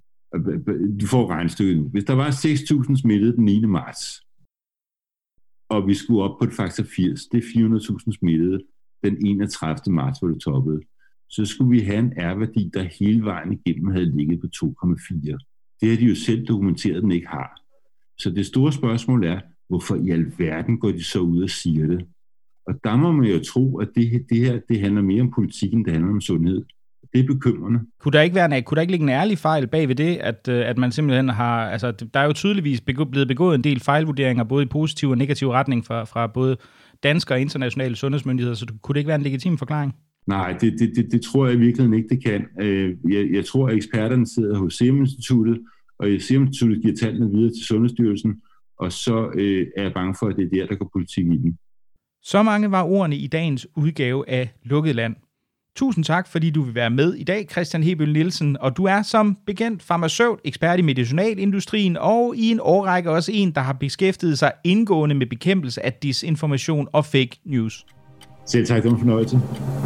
du får regnstykket nu, hvis der var 6.000 smittede den 9. marts, og vi skulle op på et faktor 80, det er 400.000 smittede den 31. marts, hvor det toppede, så skulle vi have en R-værdi, der hele vejen igennem havde ligget på 2,4. Det har de jo selv dokumenteret, den ikke har. Så det store spørgsmål er, hvorfor i alverden går de så ud og siger det? Og der må man jo tro, at det her det handler mere om politik, end det handler om sundhed. Det er bekymrende. Kunne der ikke ligge en ærlig fejl bag ved det, at man simpelthen har... Altså, der er jo tydeligvis blevet begået en del fejlvurderinger, både i positiv og negativ retning fra både danske og internationale sundhedsmyndigheder, så kunne det ikke være en legitim forklaring? Nej, det tror jeg i virkeligheden ikke, det kan. Jeg tror, at eksperterne sidder hos Serum Instituttet, og Serum Instituttet giver tallene videre til Sundhedsstyrelsen, og så er jeg bange for, at det er der går politik i den. Så mange var ordene i dagens udgave af Lukket Land. Tusind tak, fordi du vil være med i dag, Christian Hebøll Nielsen, og du er som bekendt farmaceut, ekspert i medicinalindustrien, og i en årrække også en, der har beskæftiget sig indgående med bekæmpelse af disinformation og fake news. Selv tak, det var en fornøjelse.